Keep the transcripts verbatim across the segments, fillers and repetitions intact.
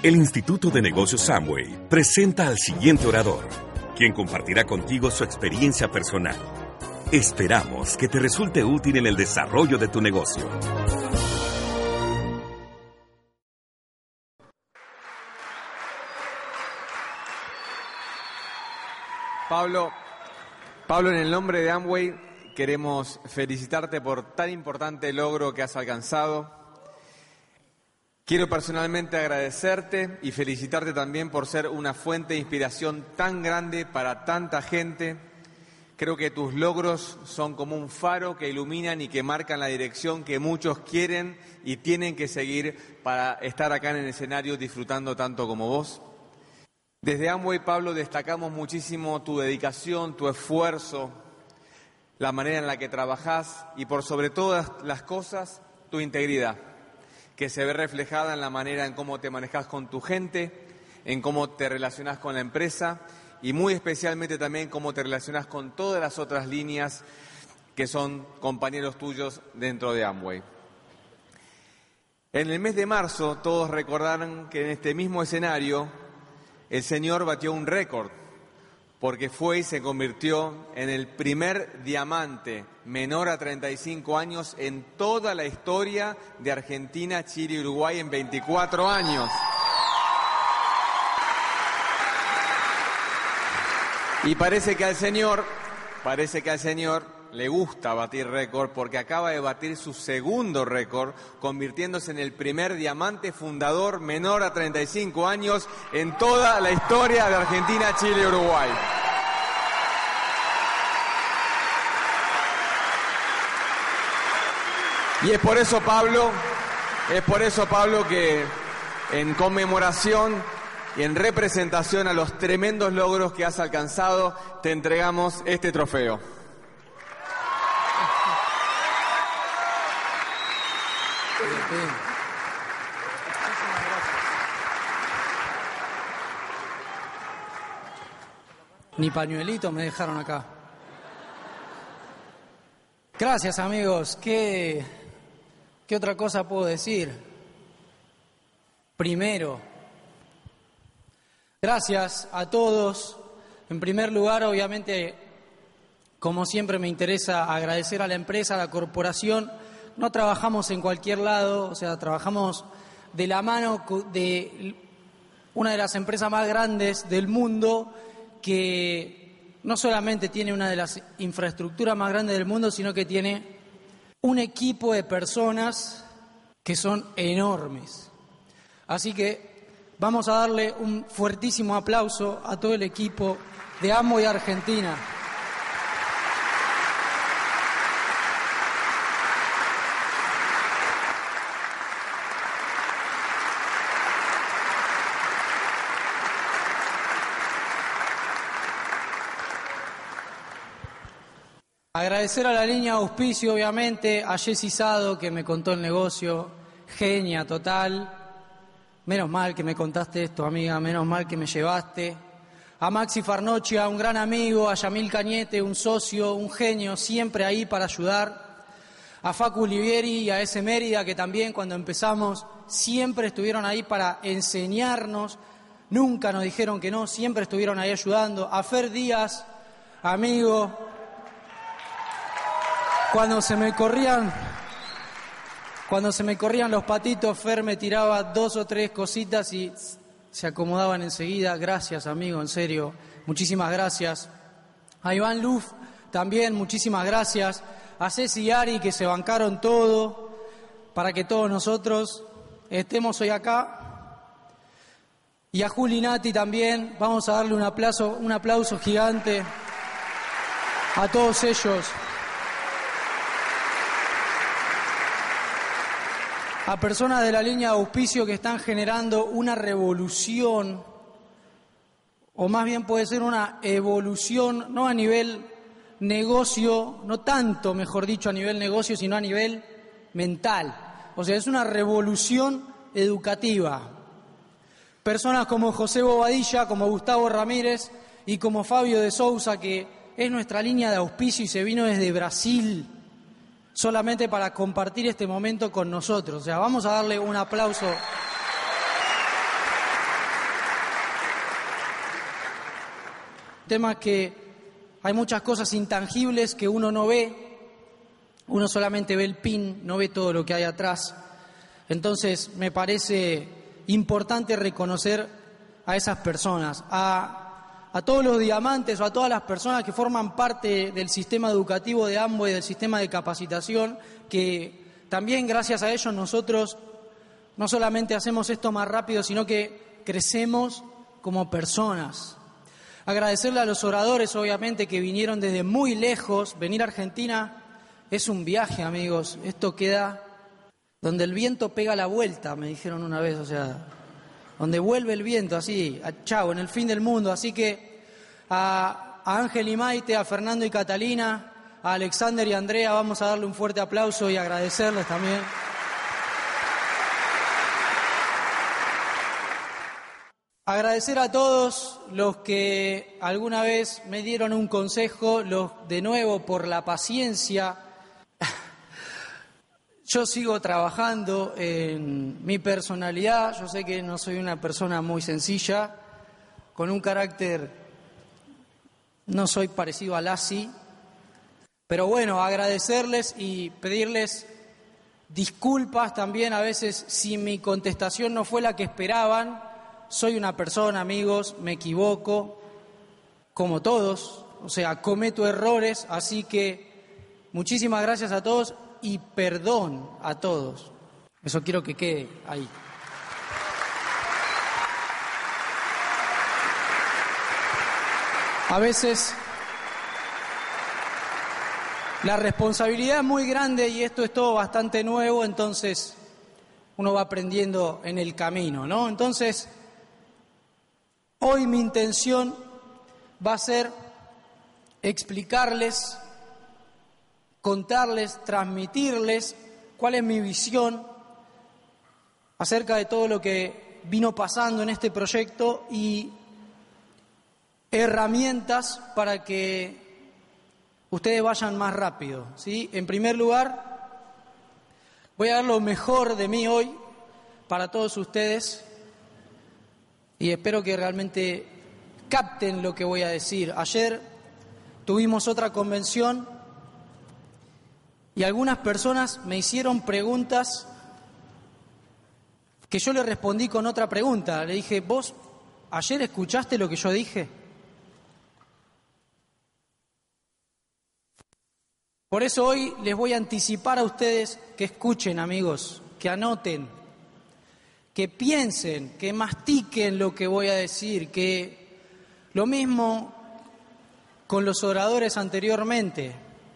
El Instituto de Negocios Amway presenta al siguiente orador, quien compartirá contigo su experiencia personal. Esperamos que te resulte útil en el desarrollo de tu negocio. Pablo, Pablo, en el nombre de Amway queremos felicitarte por tan importante logro que has alcanzado. Quiero personalmente agradecerte y felicitarte también por ser una fuente de inspiración tan grande para tanta gente. Creo que tus logros son como un faro que iluminan y que marcan la dirección que muchos quieren y tienen que seguir para estar acá en el escenario disfrutando tanto como vos. Desde Amway, Pablo, destacamos muchísimo tu dedicación, tu esfuerzo, la manera en la que trabajás y por sobre todas las cosas, tu integridad, que se ve reflejada en la manera en cómo te manejás con tu gente, en cómo te relacionás con la empresa y muy especialmente también cómo te relacionás con todas las otras líneas que son compañeros tuyos dentro de Amway. En el mes de marzo, todos recordarán que en este mismo escenario el señor batió un récord, porque fue y se convirtió en el primer diamante menor a treinta y cinco años en toda la historia de Argentina, Chile y Uruguay en veinticuatro años. Y parece que al señor, parece que al señor le gusta batir récord porque acaba de batir su segundo récord, convirtiéndose en el primer diamante fundador menor a treinta y cinco años en toda la historia de Argentina, Chile y Uruguay. Y es por eso, Pablo, es por eso, Pablo, que en conmemoración y en representación a los tremendos logros que has alcanzado, te entregamos este trofeo. Ni pañuelito me dejaron acá. Gracias, amigos. ¿Qué, qué otra cosa puedo decir? Primero, gracias a todos. En primer lugar, obviamente, como siempre me interesa agradecer a la empresa, a la corporación. No trabajamos en cualquier lado, o sea, trabajamos de la mano de una de las empresas más grandes del mundo, que no solamente tiene una de las infraestructuras más grandes del mundo, sino que tiene un equipo de personas que son enormes. Así que vamos a darle un fuertísimo aplauso a todo el equipo de Amway Argentina. Agradecer a la línea de auspicio, obviamente, a Jessy Sado, que me contó el negocio, genia total. Menos mal que me contaste esto, amiga, menos mal que me llevaste. A Maxi Farnochia, un gran amigo, a Yamil Cañete, un socio, un genio, siempre ahí para ayudar. A Facu Olivieri y a ese Mérida, que también cuando empezamos siempre estuvieron ahí para enseñarnos, nunca nos dijeron que no, siempre estuvieron ahí ayudando. A Fer Díaz, amigo. Cuando se me corrían, cuando se me corrían los patitos, Fer me tiraba dos o tres cositas y se acomodaban enseguida. Gracias, amigo, en serio, muchísimas gracias. A Iván Luf también, muchísimas gracias. A Ceci y Ari, que se bancaron todo para que todos nosotros estemos hoy acá. Y a Juli Nati también, vamos a darle un aplauso, un aplauso gigante a todos ellos. A personas de la línea de auspicio que están generando una revolución, o más bien puede ser una evolución, no a nivel negocio, no tanto, mejor dicho, a nivel negocio, sino a nivel mental. O sea, es una revolución educativa. Personas como José Bobadilla, como Gustavo Ramírez y como Fabio de Sousa, que es nuestra línea de auspicio y se vino desde Brasil solamente para compartir este momento con nosotros. O sea, vamos a darle un aplauso sistema que hay muchas cosas intangibles que uno no ve, uno solamente ve el pin, no ve todo lo que hay atrás. Entonces me parece importante reconocer a esas personas, a, a todos los diamantes o a todas las personas que forman parte del sistema educativo de Amway, del sistema de capacitación, que también gracias a ellos nosotros no solamente hacemos esto más rápido, sino que crecemos como personas. Agradecerle a los oradores, obviamente, que vinieron desde muy lejos. Venir a Argentina es un viaje, amigos. Esto queda donde el viento pega la vuelta, me dijeron una vez, o sea, donde vuelve el viento, así, a, chao, en el fin del mundo. Así que a, a Ángel y Maite, a Fernando y Catalina, a Alexander y Andrea, vamos a darle un fuerte aplauso y agradecerles también. Agradecer a todos los que alguna vez me dieron un consejo, los de nuevo por la paciencia. Yo sigo trabajando en mi personalidad, yo sé que no soy una persona muy sencilla, con un carácter, no soy parecido a Lassi, pero bueno, agradecerles y pedirles disculpas también a veces si mi contestación no fue la que esperaban. Soy una persona, amigos, me equivoco, como todos, o sea, cometo errores, así que muchísimas gracias a todos y perdón a todos. Eso quiero que quede ahí. A veces la responsabilidad es muy grande y esto es todo bastante nuevo, entonces uno va aprendiendo en el camino, ¿no? Entonces, hoy mi intención va a ser explicarles, contarles, transmitirles cuál es mi visión acerca de todo lo que vino pasando en este proyecto y herramientas para que ustedes vayan más rápido, ¿sí? En primer lugar, voy a dar lo mejor de mí hoy para todos ustedes. Y espero que realmente capten lo que voy a decir. Ayer tuvimos otra convención y algunas personas me hicieron preguntas que yo le respondí con otra pregunta. Le dije, ¿vos ayer escuchaste lo que yo dije? Por eso hoy les voy a anticipar a ustedes que escuchen, amigos, que anoten, que piensen, que mastiquen lo que voy a decir, que lo mismo con los oradores anteriormente.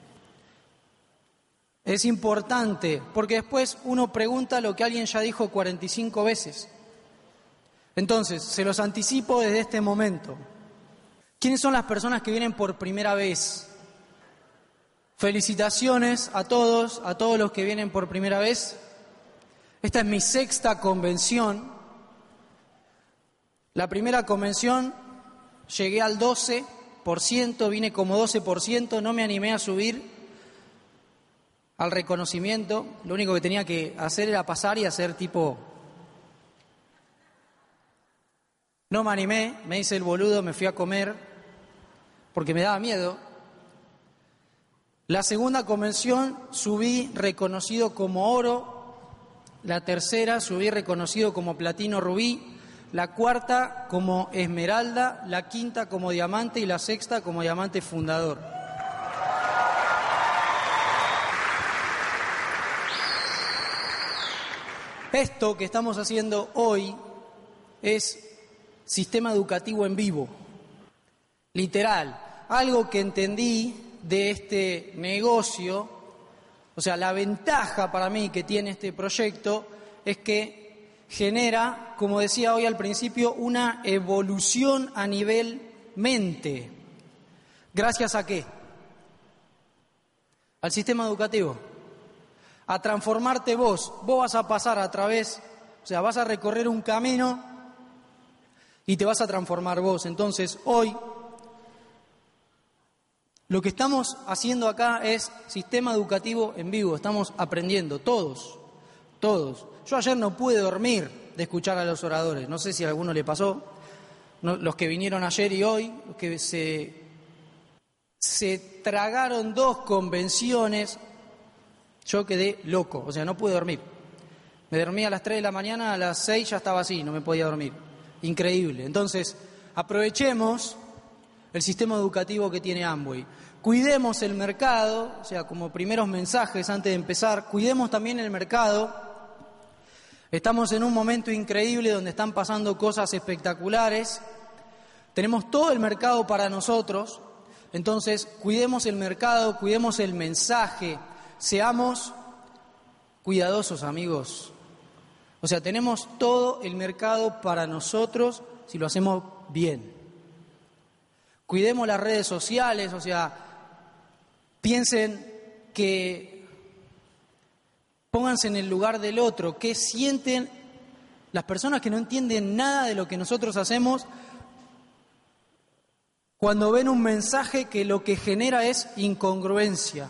Es importante, porque después uno pregunta lo que alguien ya dijo cuarenta y cinco veces. Entonces, se los anticipo desde este momento. ¿Quiénes son las personas que vienen por primera vez? Felicitaciones a todos, a todos los que vienen por primera vez. Esta es mi sexta convención. La primera convención llegué al doce por ciento, vine como doce por ciento, no me animé a subir al reconocimiento. Lo único que tenía que hacer era pasar y hacer tipo... No me animé, me hice el boludo, me fui a comer porque me daba miedo. La segunda convención subí reconocido como oro. La tercera subí reconocido como platino rubí, la cuarta como esmeralda, la quinta como diamante y la sexta como diamante fundador. Esto que estamos haciendo hoy es sistema educativo en vivo, literal, algo que entendí de este negocio. O sea, la ventaja para mí que tiene este proyecto es que genera, como decía hoy al principio, una evolución a nivel mente. ¿Gracias a qué? Al sistema educativo. A transformarte vos. Vos vas a pasar a través, o sea, vas a recorrer un camino y te vas a transformar vos. Entonces, hoy lo que estamos haciendo acá es sistema educativo en vivo, estamos aprendiendo, todos, todos. Yo ayer no pude dormir de escuchar a los oradores, no sé si a alguno le pasó, no, los que vinieron ayer y hoy, los que se, se tragaron dos convenciones, yo quedé loco, o sea, no pude dormir. Me dormí a las tres de la mañana, a las seis ya estaba así, no me podía dormir. Increíble. Entonces, aprovechemos el sistema educativo que tiene Amway. Cuidemos el mercado, o sea, como primeros mensajes antes de empezar, cuidemos también el mercado. Estamos en un momento increíble donde están pasando cosas espectaculares. Tenemos todo el mercado para nosotros, entonces cuidemos el mercado, cuidemos el mensaje, seamos cuidadosos, amigos. O sea, tenemos todo el mercado para nosotros si lo hacemos bien. Cuidemos las redes sociales, o sea, piensen que pónganse en el lugar del otro, qué sienten las personas que no entienden nada de lo que nosotros hacemos cuando ven un mensaje que lo que genera es incongruencia.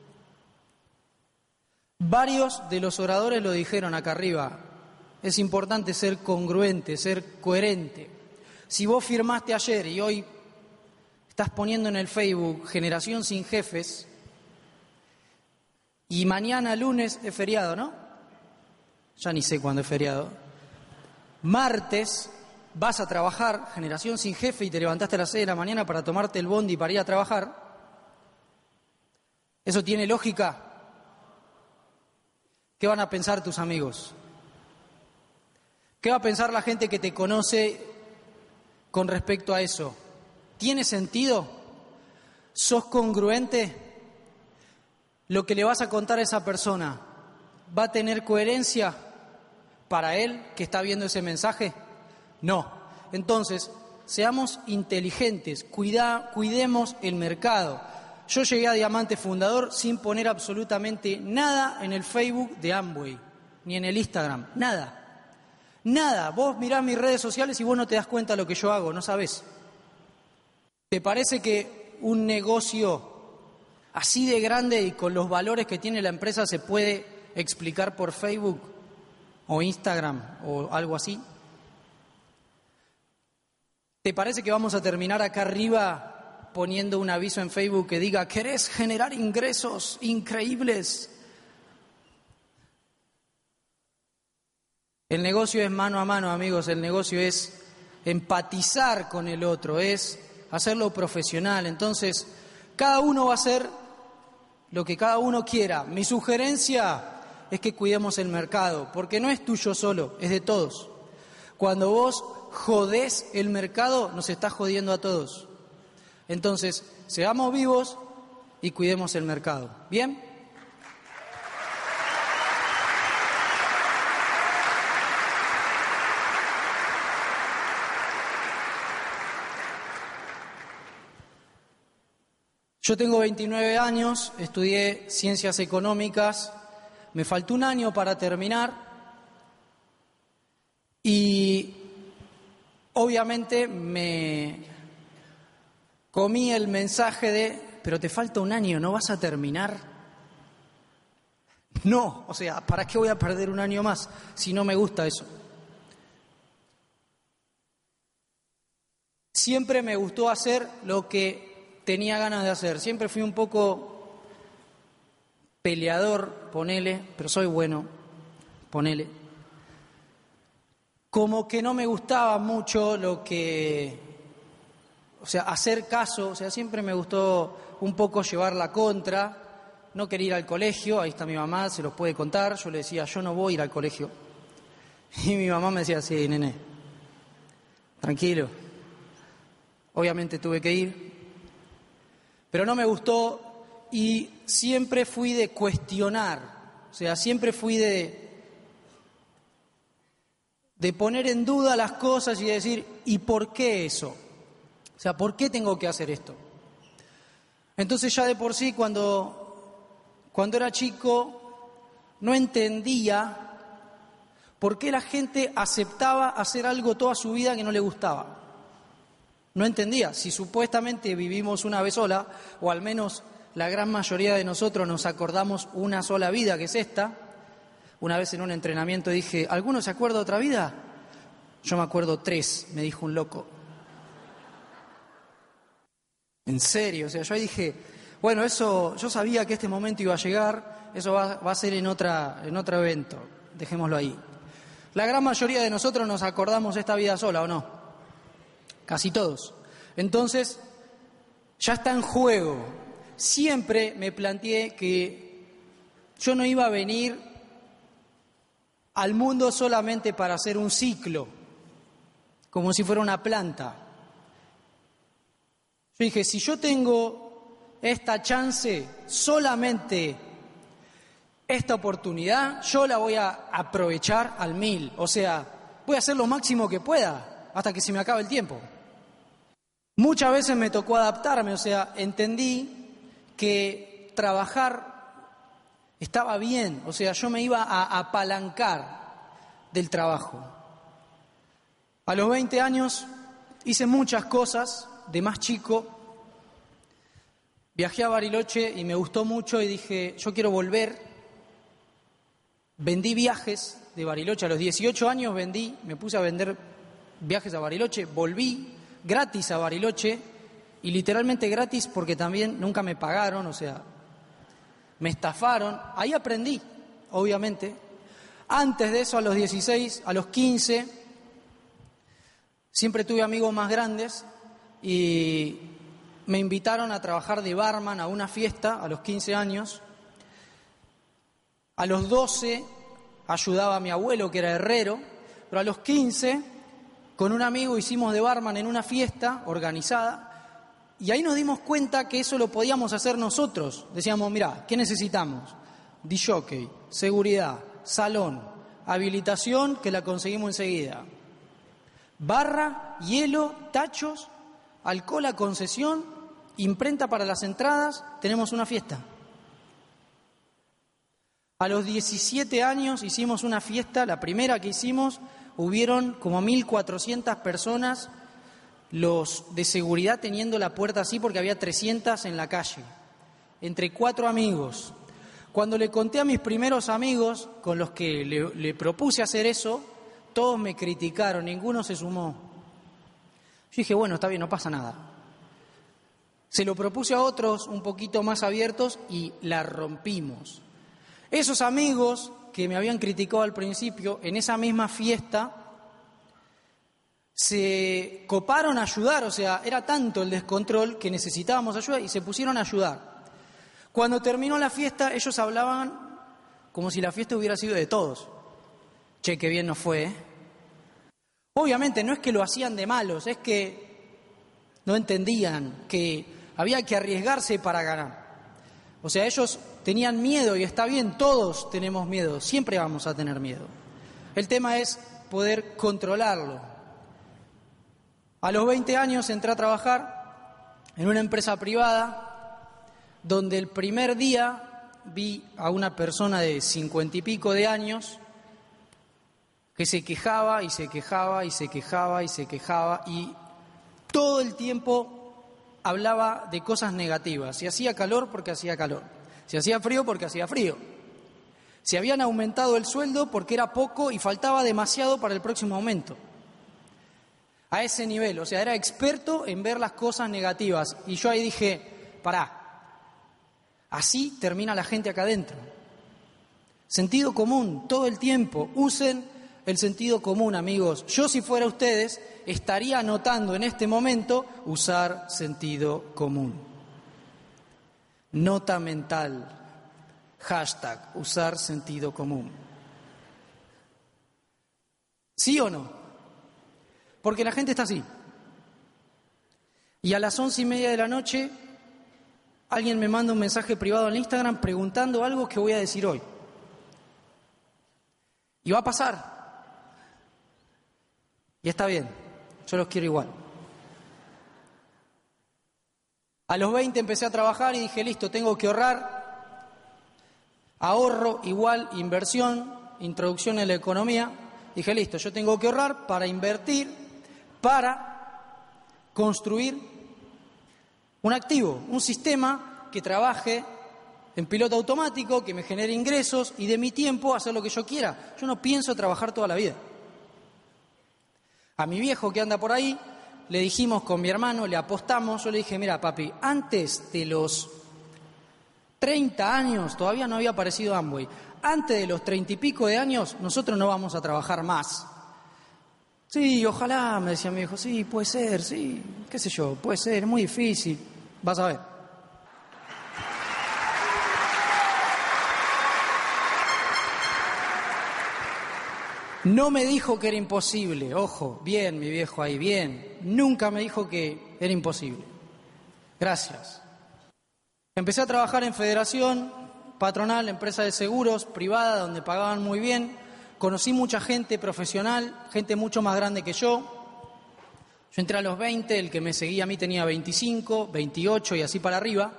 Varios de los oradores lo dijeron acá arriba. Es importante ser congruente, ser coherente. Si vos firmaste ayer y hoy estás poniendo en el Facebook Generación Sin Jefes y mañana lunes es feriado, ¿no? Ya ni sé cuándo es feriado. Martes vas a trabajar, Generación Sin Jefe, y te levantaste a las seis de la mañana para tomarte el bondi para ir a trabajar. ¿Eso tiene lógica? ¿Qué van a pensar tus amigos? ¿Qué va a pensar la gente que te conoce con respecto a eso? ¿Tiene sentido? ¿Sos congruente? ¿Lo que le vas a contar a esa persona va a tener coherencia para él que está viendo ese mensaje? No. Entonces, seamos inteligentes, cuida, cuidemos el mercado. Yo llegué a Diamante Fundador sin poner absolutamente nada en el Facebook de Amway, ni en el Instagram, nada. Nada. Vos mirás mis redes sociales y vos no te das cuenta de lo que yo hago, no sabés. ¿Te parece que un negocio así de grande y con los valores que tiene la empresa se puede explicar por Facebook o Instagram o algo así? ¿Te parece que vamos a terminar acá arriba poniendo un aviso en Facebook que diga ¿querés generar ingresos increíbles? El negocio es mano a mano, amigos. El negocio es empatizar con el otro, es hacerlo profesional. Entonces, cada uno va a hacer lo que cada uno quiera. Mi sugerencia es que cuidemos el mercado, porque no es tuyo solo, es de todos. Cuando vos jodés el mercado, nos estás jodiendo a todos. Entonces, seamos vivos y cuidemos el mercado. ¿Bien? Yo tengo veintinueve años, estudié Ciencias Económicas, me faltó un año para terminar y obviamente me comí el mensaje de, pero te falta un año, ¿no vas a terminar? No, o sea, ¿para qué voy a perder un año más si no me gusta eso? Siempre me gustó hacer lo que tenía ganas de hacer. Siempre fui un poco peleador, ponele, pero soy bueno, ponele. Como que no me gustaba mucho lo que, o sea, hacer caso, o sea, siempre me gustó un poco llevar la contra, no quería ir al colegio, ahí está mi mamá, se los puede contar, yo le decía, yo no voy a ir al colegio. Y mi mamá me decía, sí, nene, tranquilo. Obviamente tuve que ir. Pero no me gustó y siempre fui de cuestionar, o sea, siempre fui de, de poner en duda las cosas y de decir, ¿y por qué eso? O sea, ¿por qué tengo que hacer esto? Entonces ya de por sí, cuando, cuando era chico, no entendía por qué la gente aceptaba hacer algo toda su vida que no le gustaba. No entendía, si supuestamente vivimos una vez sola, o al menos la gran mayoría de nosotros nos acordamos una sola vida, que es esta. Una vez en un entrenamiento dije, ¿alguno se acuerda de otra vida? Yo me acuerdo tres, me dijo un loco. En serio, o sea, yo ahí dije, bueno, eso, yo sabía que este momento iba a llegar, eso va, va a ser en, otra, en otro evento, dejémoslo ahí. La gran mayoría de nosotros nos acordamos esta vida sola, ¿o no? Casi todos. Entonces, ya está en juego. Siempre me planteé que yo no iba a venir al mundo solamente para hacer un ciclo, como si fuera una planta. Yo dije, si yo tengo esta chance, solamente esta oportunidad, yo la voy a aprovechar al mil. O sea, voy a hacer lo máximo que pueda hasta que se me acabe el tiempo. Muchas veces me tocó adaptarme, o sea, entendí que trabajar estaba bien, o sea, yo me iba a apalancar del trabajo. A los veinte años hice muchas cosas, de más chico, viajé a Bariloche y me gustó mucho y dije, yo quiero volver. Vendí viajes de Bariloche, a los dieciocho años vendí, me puse a vender viajes a Bariloche, volví gratis a Bariloche y literalmente gratis porque también nunca me pagaron, o sea, me estafaron. Ahí aprendí, obviamente. Antes de eso, a los dieciséis, a los quince, siempre tuve amigos más grandes y me invitaron a trabajar de barman a una fiesta a los quince años. A los doce ayudaba a mi abuelo, que era herrero, pero a los quince, con un amigo hicimos de barman en una fiesta organizada y ahí nos dimos cuenta que eso lo podíamos hacer nosotros. Decíamos, mirá, ¿qué necesitamos? Disjockey, seguridad, salón, habilitación, que la conseguimos enseguida. Barra, hielo, tachos, alcohol a concesión, imprenta para las entradas, tenemos una fiesta. A los diecisiete años hicimos una fiesta, la primera que hicimos, hubieron como mil cuatrocientas personas, los de seguridad teniendo la puerta así porque había trescientas en la calle, entre cuatro amigos. Cuando le conté a mis primeros amigos con los que le, le propuse hacer eso, todos me criticaron, ninguno se sumó. Yo dije, bueno, está bien, no pasa nada. Se lo propuse a otros un poquito más abiertos y la rompimos. Esos amigos que me habían criticado al principio, en esa misma fiesta, se coparon a ayudar, o sea, era tanto el descontrol que necesitábamos ayuda y se pusieron a ayudar. Cuando terminó la fiesta, ellos hablaban como si la fiesta hubiera sido de todos. Che, qué bien nos fue, ¿eh? Obviamente no es que lo hacían de malos, es que no entendían que había que arriesgarse para ganar. O sea, ellos tenían miedo y está bien, todos tenemos miedo, siempre vamos a tener miedo. El tema es poder controlarlo. A los veinte años entré a trabajar en una empresa privada donde el primer día vi a una persona de cincuenta y pico de años que se quejaba y se quejaba y se quejaba y se quejaba y todo el tiempo hablaba de cosas negativas. Si hacía calor, porque hacía calor. Si hacía frío, porque hacía frío. Si habían aumentado el sueldo, porque era poco y faltaba demasiado para el próximo aumento. A ese nivel, o sea, era experto en ver las cosas negativas. Y yo ahí dije, pará, así termina la gente acá adentro. Sentido común, todo el tiempo. Usen el sentido común, amigos. Yo, si fuera ustedes, estaría anotando en este momento usar sentido común. Nota mental, hashtag, usar sentido común. ¿Sí o no? Porque la gente está así. Y a las once y media de la noche, alguien me manda un mensaje privado en Instagram preguntando algo que voy a decir hoy. Y va a pasar. Y está bien, yo los quiero igual. A los veinte empecé a trabajar y dije, listo, tengo que ahorrar. Ahorro igual inversión, introducción en la economía. Dije, listo, yo tengo que ahorrar para invertir, para construir un activo, un sistema que trabaje en piloto automático, que me genere ingresos y de mi tiempo hacer lo que yo quiera. Yo no pienso trabajar toda la vida. A mi viejo que anda por ahí, le dijimos con mi hermano, le apostamos, yo le dije, mira papi, antes de los treinta años, todavía no había aparecido Amway, antes de los treinta y pico de años, nosotros no vamos a trabajar más. Sí, ojalá, me decía mi hijo, sí, puede ser, sí, qué sé yo, puede ser, es muy difícil, vas a ver. No me dijo que era imposible, ojo, bien mi viejo ahí, bien, nunca me dijo que era imposible. Gracias. Empecé a trabajar en Federación Patronal, empresa de seguros, privada, donde pagaban muy bien. Conocí mucha gente profesional, gente mucho más grande que yo. Yo entré a los veinte, el que me seguía a mí tenía veinticinco, veintiocho y así para arriba.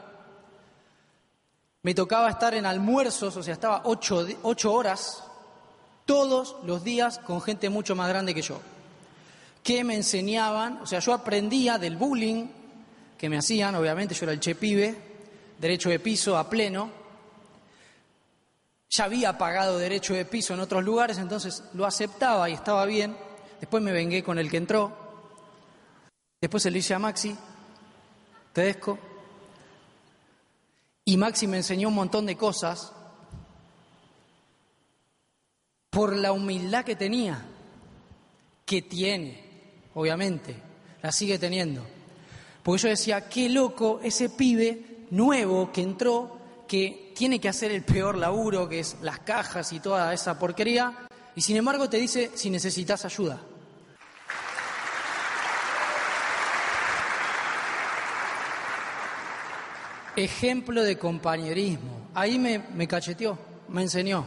Me tocaba estar en almuerzos, o sea, estaba ocho, ocho horas todos los días con gente mucho más grande que yo, que me enseñaban, o sea, yo aprendía del bullying que me hacían, obviamente yo era el che pibe, derecho de piso a pleno. Ya había pagado derecho de piso en otros lugares, entonces lo aceptaba y estaba bien. Después me vengué con el que entró. Después se lo hice a Maxi Tedesco. Y Maxi me enseñó un montón de cosas por la humildad que tenía, que tiene, obviamente, la sigue teniendo. Porque yo decía, qué loco ese pibe nuevo que entró, que tiene que hacer el peor laburo, que es las cajas y toda esa porquería, y sin embargo te dice si necesitas ayuda. Ejemplo de compañerismo. Ahí me, me cacheteó, me enseñó.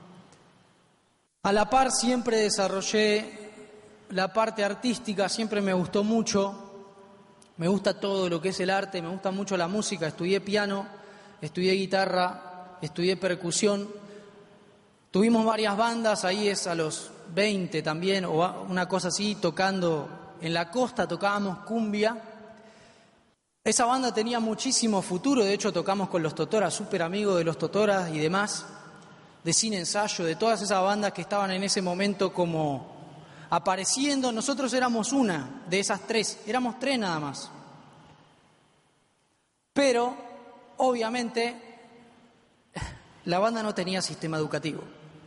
A la par siempre desarrollé la parte artística, siempre me gustó mucho. Me gusta todo lo que es el arte, me gusta mucho la música, estudié piano. Estudié guitarra, estudié percusión, tuvimos varias bandas, ahí es a los veinte también, o una cosa así, tocando en la costa, tocábamos cumbia. Esa banda tenía muchísimo futuro, de hecho tocamos con los Totoras, súper amigos de los Totoras y demás, de Sin Ensayo, de todas esas bandas que estaban en ese momento como apareciendo. Nosotros éramos una de esas tres, éramos tres nada más. Pero obviamente, la banda no tenía sistema educativo.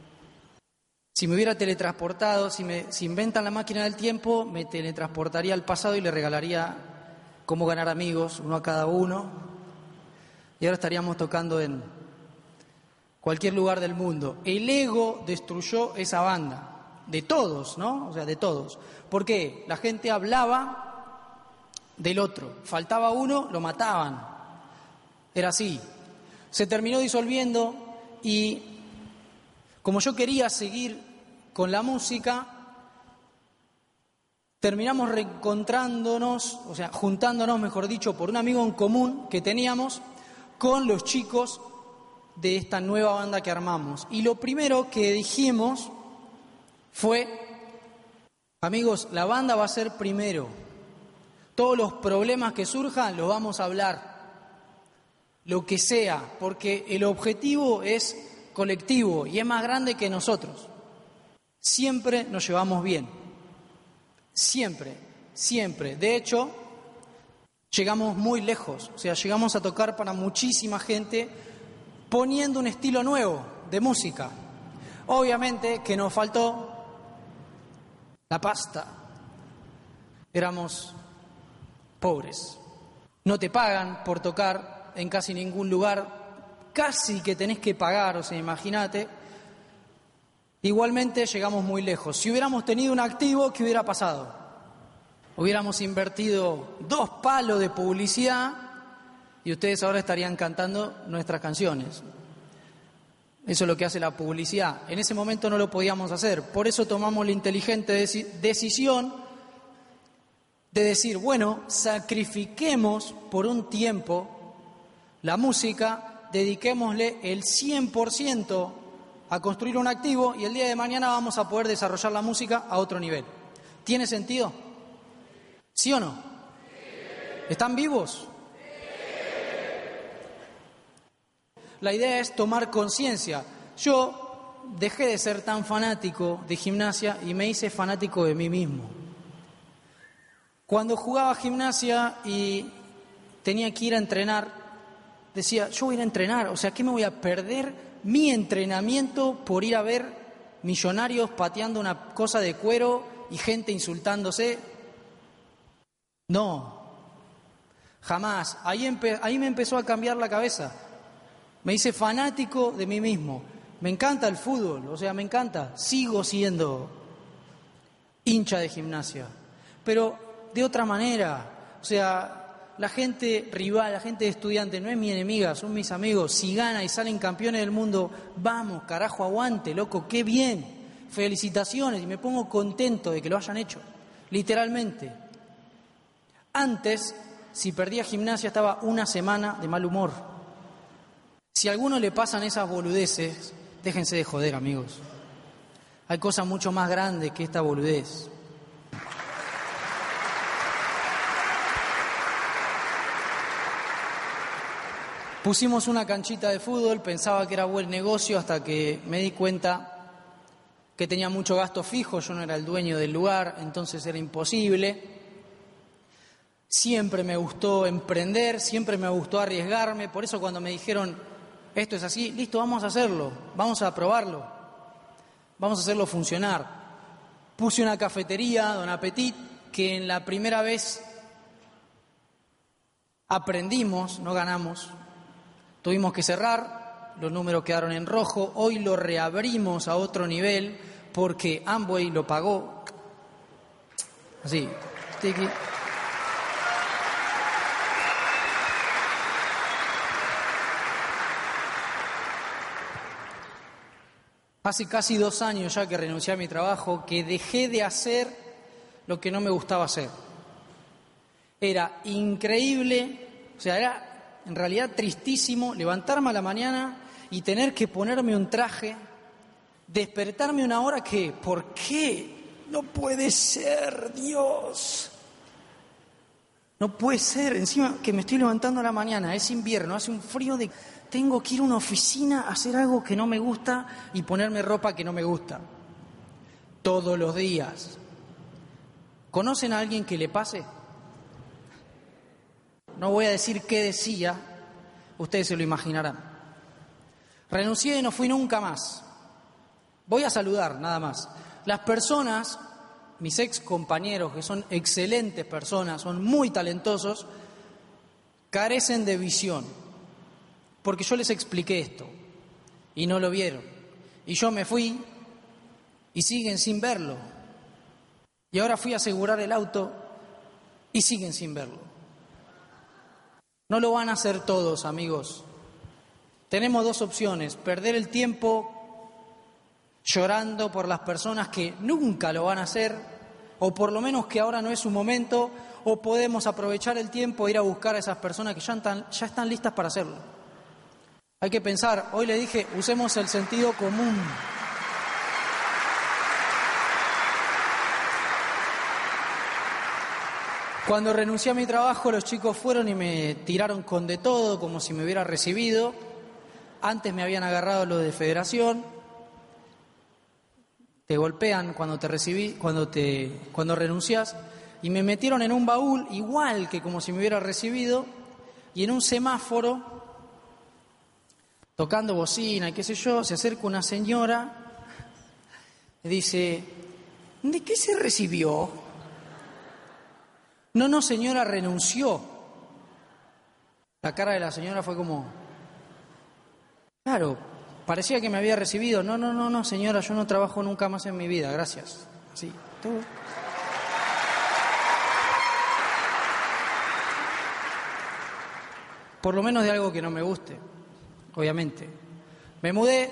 Si me hubiera teletransportado, si me si inventan la máquina del tiempo, me teletransportaría al pasado y le regalaría cómo ganar amigos, uno a cada uno. Y ahora estaríamos tocando en cualquier lugar del mundo. El ego destruyó esa banda, de todos, ¿no? O sea, de todos. ¿Por qué? La gente hablaba del otro. Faltaba uno, lo mataban. Era así. Se terminó disolviendo y como yo quería seguir con la música, terminamos reencontrándonos, o sea, juntándonos, mejor dicho, por un amigo en común que teníamos con los chicos de esta nueva banda que armamos. Y lo primero que dijimos fue, amigos, la banda va a ser primero. Todos los problemas que surjan los vamos a hablar. Lo que sea, porque el objetivo es colectivo y es más grande que nosotros. Siempre nos llevamos bien, siempre, siempre. De hecho, llegamos muy lejos, o sea, llegamos a tocar para muchísima gente poniendo un estilo nuevo de música. Obviamente que nos faltó la pasta, éramos pobres. No te pagan por tocar en casi ningún lugar, casi que tenés que pagar, o sea, imagínate. Igualmente llegamos muy lejos. Si hubiéramos tenido un activo, ¿qué hubiera pasado? Hubiéramos invertido dos palos de publicidad y ustedes ahora estarían cantando nuestras canciones. Eso es lo que hace la publicidad. En ese momento no lo podíamos hacer, por eso tomamos la inteligente deci- decisión de decir, bueno, sacrifiquemos por un tiempo la música, dediquémosle el cien por ciento a construir un activo y el día de mañana vamos a poder desarrollar la música a otro nivel. ¿Tiene sentido? ¿Sí o no? ¿Están vivos? La idea es tomar conciencia. Yo dejé de ser tan fanático de gimnasia y me hice fanático de mí mismo. Cuando jugaba Gimnasia y tenía que ir a entrenar, decía, yo voy a ir a entrenar, o sea, ¿qué me voy a perder mi entrenamiento por ir a ver millonarios pateando una cosa de cuero y gente insultándose? No, jamás. Ahí, empe- ahí me empezó a cambiar la cabeza. Me hice fanático de mí mismo. Me encanta el fútbol, o sea, me encanta. Sigo siendo hincha de Gimnasia, pero de otra manera. O sea, la gente rival, la gente de Estudiantes no es mi enemiga, son mis amigos. Si gana y salen campeones del mundo, vamos, carajo, aguante, loco, qué bien. Felicitaciones, y me pongo contento de que lo hayan hecho, literalmente. Antes, si perdía Gimnasia, estaba una semana de mal humor. Si a alguno le pasan esas boludeces, déjense de joder, amigos. Hay cosas mucho más grandes que esta boludez. Pusimos una canchita de fútbol, pensaba que era buen negocio hasta que me di cuenta que tenía mucho gasto fijo, yo no era el dueño del lugar, entonces era imposible. Siempre me gustó emprender, siempre me gustó arriesgarme, por eso cuando me dijeron, esto es así, listo, vamos a hacerlo, vamos a probarlo, vamos a hacerlo funcionar. Puse una cafetería, Don Appetit, que en la primera vez aprendimos, no ganamos, tuvimos que cerrar, los números quedaron en rojo, hoy lo reabrimos a otro nivel porque Amway lo pagó. Así, tiki. Hace casi dos años ya que renuncié a mi trabajo, que dejé de hacer lo que no me gustaba hacer. Era increíble, o sea, era en realidad tristísimo levantarme a la mañana y tener que ponerme un traje, despertarme una hora que, ¿por qué? No puede ser, Dios. No puede ser, encima que me estoy levantando a la mañana, es invierno, hace un frío de... Tengo que ir a una oficina a hacer algo que no me gusta y ponerme ropa que no me gusta. Todos los días. ¿Conocen a alguien que le pase? No voy a decir qué decía, ustedes se lo imaginarán. Renuncié y no fui nunca más. Voy a saludar, nada más. Las personas, mis ex compañeros, que son excelentes personas, son muy talentosos, carecen de visión. Porque yo les expliqué esto y no lo vieron. Y yo me fui y siguen sin verlo. Y ahora fui a asegurar el auto y siguen sin verlo. No lo van a hacer todos, amigos. Tenemos dos opciones: perder el tiempo llorando por las personas que nunca lo van a hacer, o por lo menos que ahora no es su momento, o podemos aprovechar el tiempo e ir a buscar a esas personas que ya están, ya están listas para hacerlo. Hay que pensar, hoy le dije, usemos el sentido común. Cuando renuncié a mi trabajo, los chicos fueron y me tiraron con de todo, como si me hubiera recibido. Antes me habían agarrado lo de federación. Te golpean cuando te recibí, cuando te, cuando renuncias, y me metieron en un baúl, igual que como si me hubiera recibido, y en un semáforo, tocando bocina y qué sé yo, se acerca una señora y dice, ¿de qué se recibió? No, no, señora, renunció. La cara de la señora fue como, claro, parecía que me había recibido. No, no, no, no, señora, yo no trabajo nunca más en mi vida, gracias. Así, todo. Por lo menos de algo que no me guste. Obviamente. Me mudé,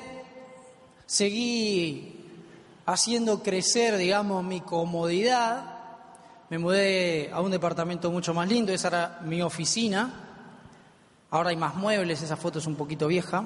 seguí haciendo crecer, digamos, mi comodidad. Me mudé a un departamento mucho más lindo, esa era mi oficina. Ahora hay más muebles, esa foto es un poquito vieja.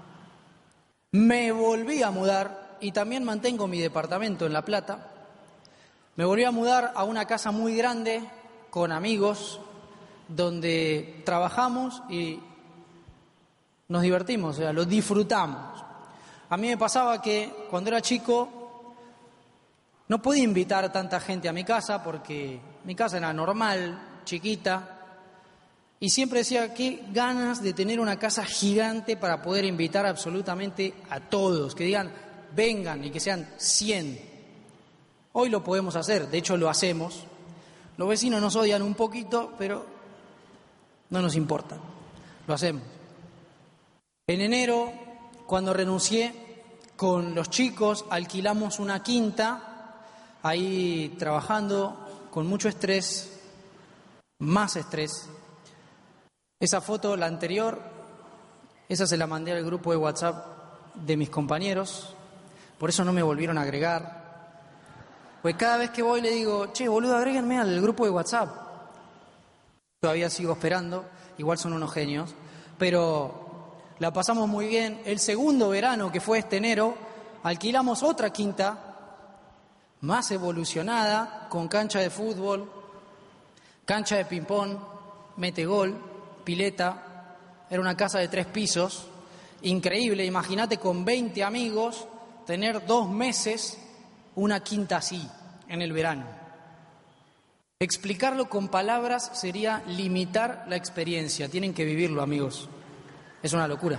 Me volví a mudar y también mantengo mi departamento en La Plata. Me volví a mudar a una casa muy grande, con amigos, donde trabajamos y nos divertimos, o sea, lo disfrutamos. A mí me pasaba que cuando era chico no podía invitar a tanta gente a mi casa porque Mi casa era normal, chiquita, y siempre decía, qué ganas de tener una casa gigante para poder invitar absolutamente a todos, que digan, vengan y que sean cien. Hoy lo podemos hacer, de hecho lo hacemos. Los vecinos nos odian un poquito, pero no nos importa, lo hacemos. En enero, cuando renuncié, con los chicos alquilamos una quinta, ahí trabajando con mucho estrés, más estrés. Esa foto, la anterior, esa se la mandé al grupo de WhatsApp de mis compañeros, por eso no me volvieron a agregar. Pues cada vez que voy le digo, che, boludo, agréguenme al grupo de WhatsApp. Todavía sigo esperando, igual son unos genios, pero la pasamos muy bien. El segundo verano, que fue este enero, alquilamos otra quinta, más evolucionada, con cancha de fútbol, cancha de ping-pong, metegol, pileta. Era una casa de tres pisos, increíble. Imagínate con veinte amigos tener dos meses una quinta así, en el verano. Explicarlo con palabras sería limitar la experiencia. Tienen que vivirlo, amigos. Es una locura.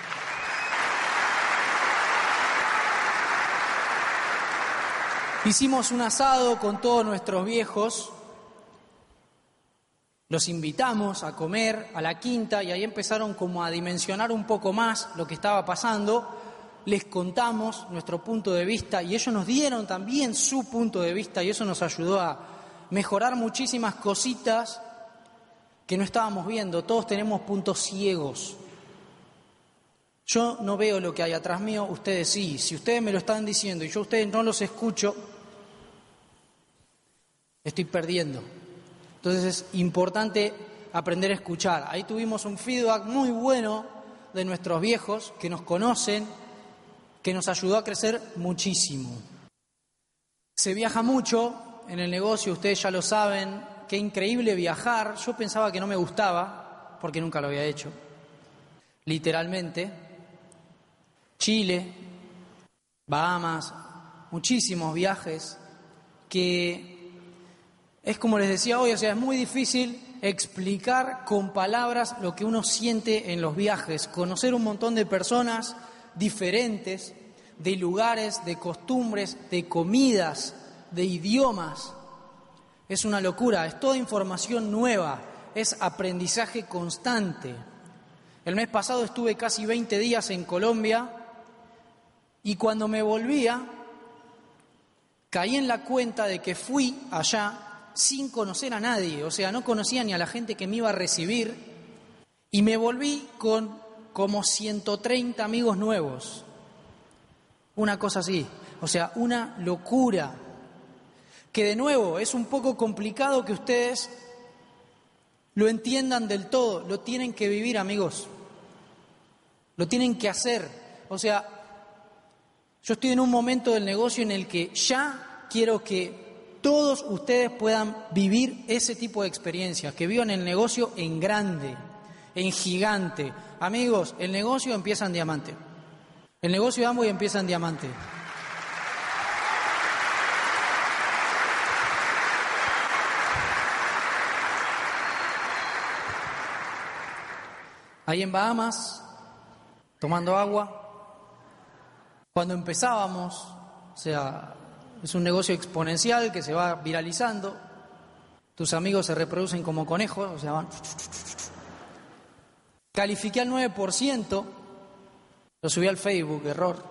Hicimos un asado con todos nuestros viejos. Los invitamos a comer a la quinta y ahí empezaron como a dimensionar un poco más lo que estaba pasando. Les contamos nuestro punto de vista y ellos nos dieron también su punto de vista y eso nos ayudó a mejorar muchísimas cositas que no estábamos viendo. Todos tenemos puntos ciegos. Yo no veo lo que hay atrás mío, ustedes sí. Si ustedes me lo están diciendo y yo a ustedes no los escucho, estoy perdiendo. Entonces es importante aprender a escuchar. Ahí tuvimos un feedback muy bueno de nuestros viejos que nos conocen, que nos ayudó a crecer muchísimo. Se viaja mucho en el negocio, ustedes ya lo saben, qué increíble viajar. Yo pensaba que no me gustaba, porque nunca lo había hecho. Literalmente, Chile, Bahamas, muchísimos viajes que es como les decía hoy, o sea, es muy difícil explicar con palabras lo que uno siente en los viajes, conocer un montón de personas diferentes, de lugares, de costumbres, de comidas, de idiomas. Es una locura, es toda información nueva, es aprendizaje constante. El mes pasado estuve casi veinte días en Colombia y cuando me volvía caí en la cuenta de que fui allá sin conocer a nadie, o sea, no conocía ni a la gente que me iba a recibir y me volví con como ciento treinta amigos nuevos. Una cosa así, o sea, una locura. Que de nuevo es un poco complicado que ustedes lo entiendan del todo, lo tienen que vivir, amigos. Lo tienen que hacer. O sea, yo estoy en un momento del negocio en el que ya quiero que todos ustedes puedan vivir ese tipo de experiencias, que vivan el negocio en grande, en gigante. Amigos, el negocio empieza en diamante. El negocio de Amway empieza en diamante. Ahí en Bahamas, tomando agua, cuando empezábamos, o sea, es un negocio exponencial que se va viralizando, tus amigos se reproducen como conejos, o sea, van... Califiqué al nueve por ciento, lo subí al Facebook, error,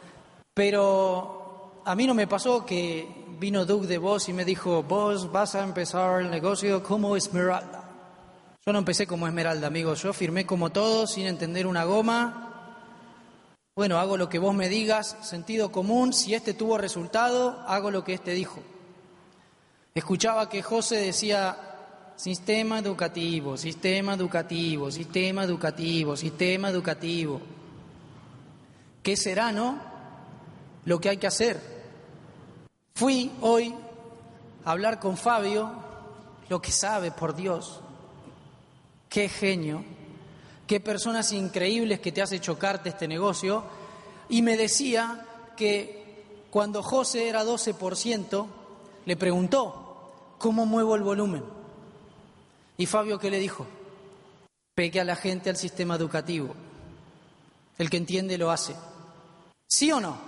pero a mí no me pasó que vino Doug de Voz y me dijo, vos vas a empezar el negocio como Esmeralda. Yo no empecé como Esmeralda, amigos, yo firmé como todos, sin entender una goma. Bueno, hago lo que vos me digas, sentido común, si este tuvo resultado, hago lo que este dijo. Escuchaba que José decía, sistema educativo, sistema educativo, sistema educativo, sistema educativo. ¿Qué será, no? Lo que hay que hacer. Fui hoy a hablar con Fabio, lo que sabe, por Dios. Qué genio, qué personas increíbles que te hace chocarte este negocio. Y me decía que cuando José era doce por ciento, le preguntó, ¿cómo muevo el volumen? ¿Y Fabio qué le dijo? Pegue a la gente al sistema educativo. El que entiende lo hace. ¿Sí o no?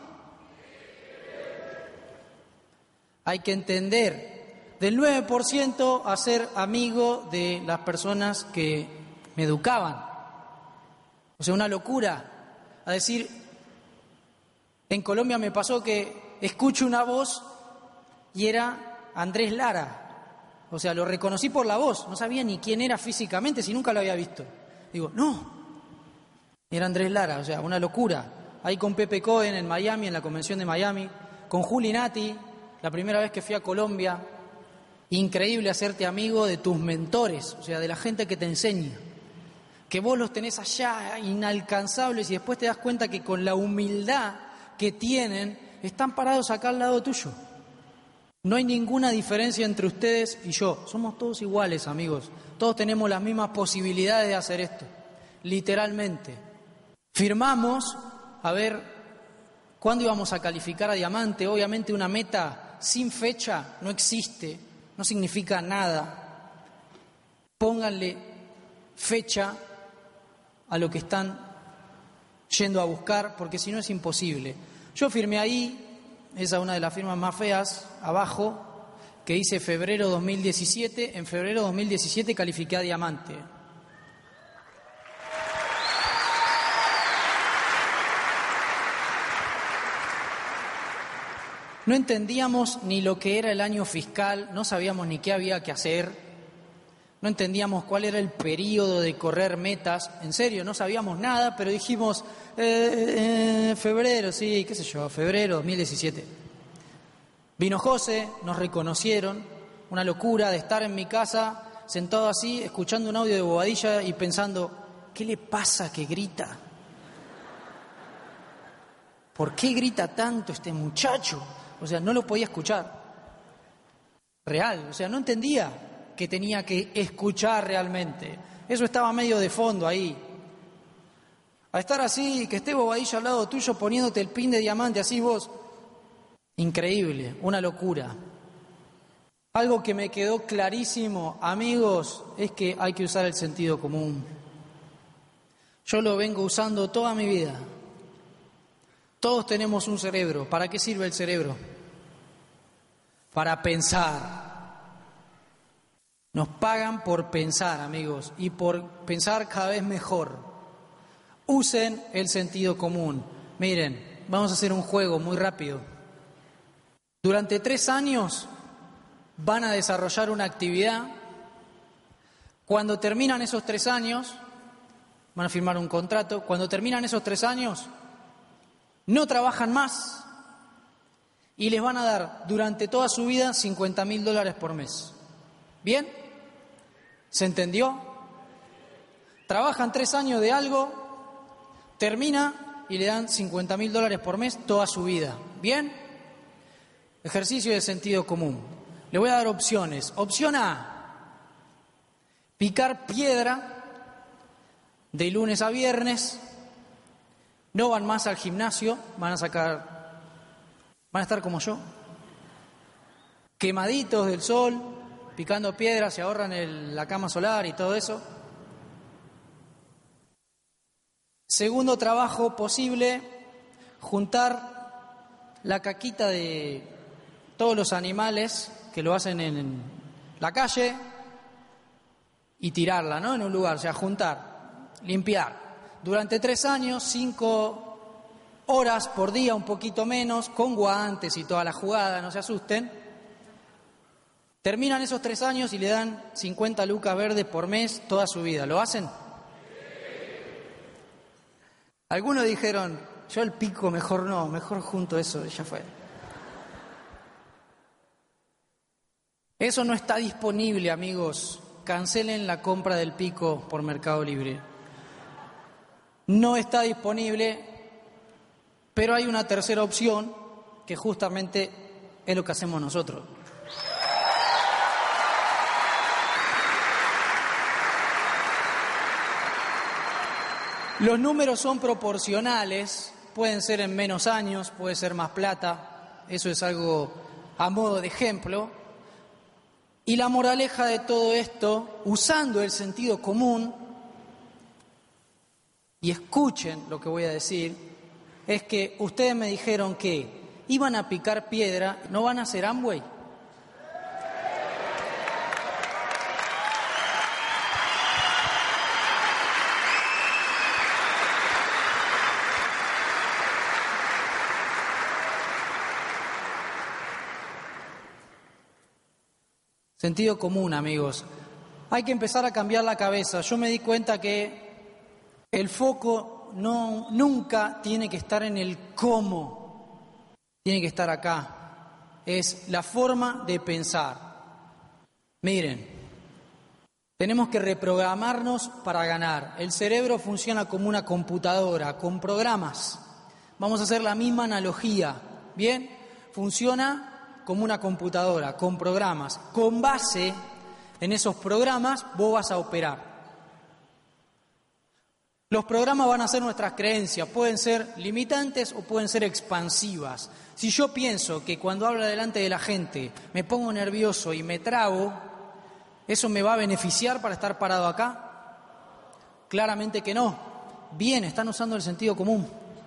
Hay que entender del nueve por ciento a ser amigo de las personas que me educaban. O sea, una locura. A decir, en Colombia me pasó que escucho una voz y era Andrés Lara. O sea, lo reconocí por la voz, no sabía ni quién era físicamente, si nunca lo había visto. Digo, no, era Andrés Lara, o sea, una locura. Ahí con Pepe Cohen en Miami, en la convención de Miami, con Juli Nati, la primera vez que fui a Colombia. Increíble hacerte amigo de tus mentores, o sea, de la gente que te enseña. Que vos los tenés allá, inalcanzables, y después te das cuenta que con la humildad que tienen, están parados acá al lado tuyo. No hay ninguna diferencia entre ustedes y yo. Somos todos iguales, amigos. Todos tenemos las mismas posibilidades de hacer esto. Literalmente. Firmamos a ver cuándo íbamos a calificar a diamante. Obviamente una meta sin fecha no existe. No significa nada. Pónganle fecha a lo que están yendo a buscar, porque si no es imposible. Yo firmé ahí. Esa es una de las firmas más feas, abajo, que dice febrero dos mil diecisiete. En febrero dos mil diecisiete califiqué a diamante. No entendíamos ni lo que era el año fiscal, no sabíamos ni qué había que hacer, no entendíamos cuál era el periodo de correr metas, en serio, no sabíamos nada, pero dijimos, eh, eh, febrero, sí, qué sé yo, febrero dos mil diecisiete. Vino José, nos reconocieron, una locura de estar en mi casa, sentado así, escuchando un audio de Bobadilla y pensando, ¿qué le pasa que grita? ¿Por qué grita tanto este muchacho? O sea, no lo podía escuchar. Real, o sea, no entendía que tenía que escuchar realmente. Eso estaba medio de fondo ahí. A estar así, que esté Bobadilla al lado tuyo poniéndote el pin de diamante, así vos. Increíble, una locura. Algo que me quedó clarísimo, amigos, es que hay que usar el sentido común. Yo lo vengo usando toda mi vida. Todos tenemos un cerebro. ¿Para qué sirve el cerebro? Para pensar. Nos pagan por pensar, amigos, y por pensar cada vez mejor. Usen el sentido común. Miren, vamos a hacer un juego muy rápido. Durante tres años van a desarrollar una actividad. Cuando terminan esos tres años, van a firmar un contrato. Cuando terminan esos tres años, no trabajan más y les van a dar durante toda su vida cincuenta mil dólares por mes. ¿Bien? ¿Se entendió? Trabajan tres años de algo, termina y le dan cincuenta mil dólares por mes toda su vida. ¿Bien? Ejercicio de sentido común. Le voy a dar opciones. Opción A, picar piedra de lunes a viernes. No van más al gimnasio, van a sacar, van a estar como yo, quemaditos del sol, picando piedras, se ahorran el, la cama solar y todo eso. Segundo trabajo posible, juntar la caquita de todos los animales que lo hacen en la calle y tirarla, ¿no? En un lugar, o sea, juntar, limpiar. Durante tres años, cinco horas por día, un poquito menos, con guantes y toda la jugada, no se asusten. Terminan esos tres años y le dan cincuenta lucas verdes por mes toda su vida. ¿Lo hacen? Algunos dijeron, yo el pico mejor no, mejor junto eso, ya fue. Eso no está disponible, amigos. Cancelen la compra del pico por Mercado Libre. No está disponible, pero hay una tercera opción que justamente es lo que hacemos nosotros. Los números son proporcionales, pueden ser en menos años, puede ser más plata, eso es algo a modo de ejemplo. Y la moraleja de todo esto, usando el sentido común, y escuchen lo que voy a decir, es que ustedes me dijeron que iban a picar piedra, ¿no van a hacer Amway? Sentido común, amigos. Hay que empezar a cambiar la cabeza. Yo me di cuenta que el foco no, nunca tiene que estar en el cómo, tiene que estar acá. Es la forma de pensar. Miren, tenemos que reprogramarnos para ganar. El cerebro funciona como una computadora, con programas. Vamos a hacer la misma analogía, ¿bien? Funciona como una computadora, con programas. Con base en esos programas vos vas a operar. Los programas van a ser nuestras creencias, pueden ser limitantes o pueden ser expansivas. Si yo pienso que cuando hablo delante de la gente me pongo nervioso y me trago, ¿eso me va a beneficiar para estar parado acá? Claramente que no. Bien, están usando el sentido común.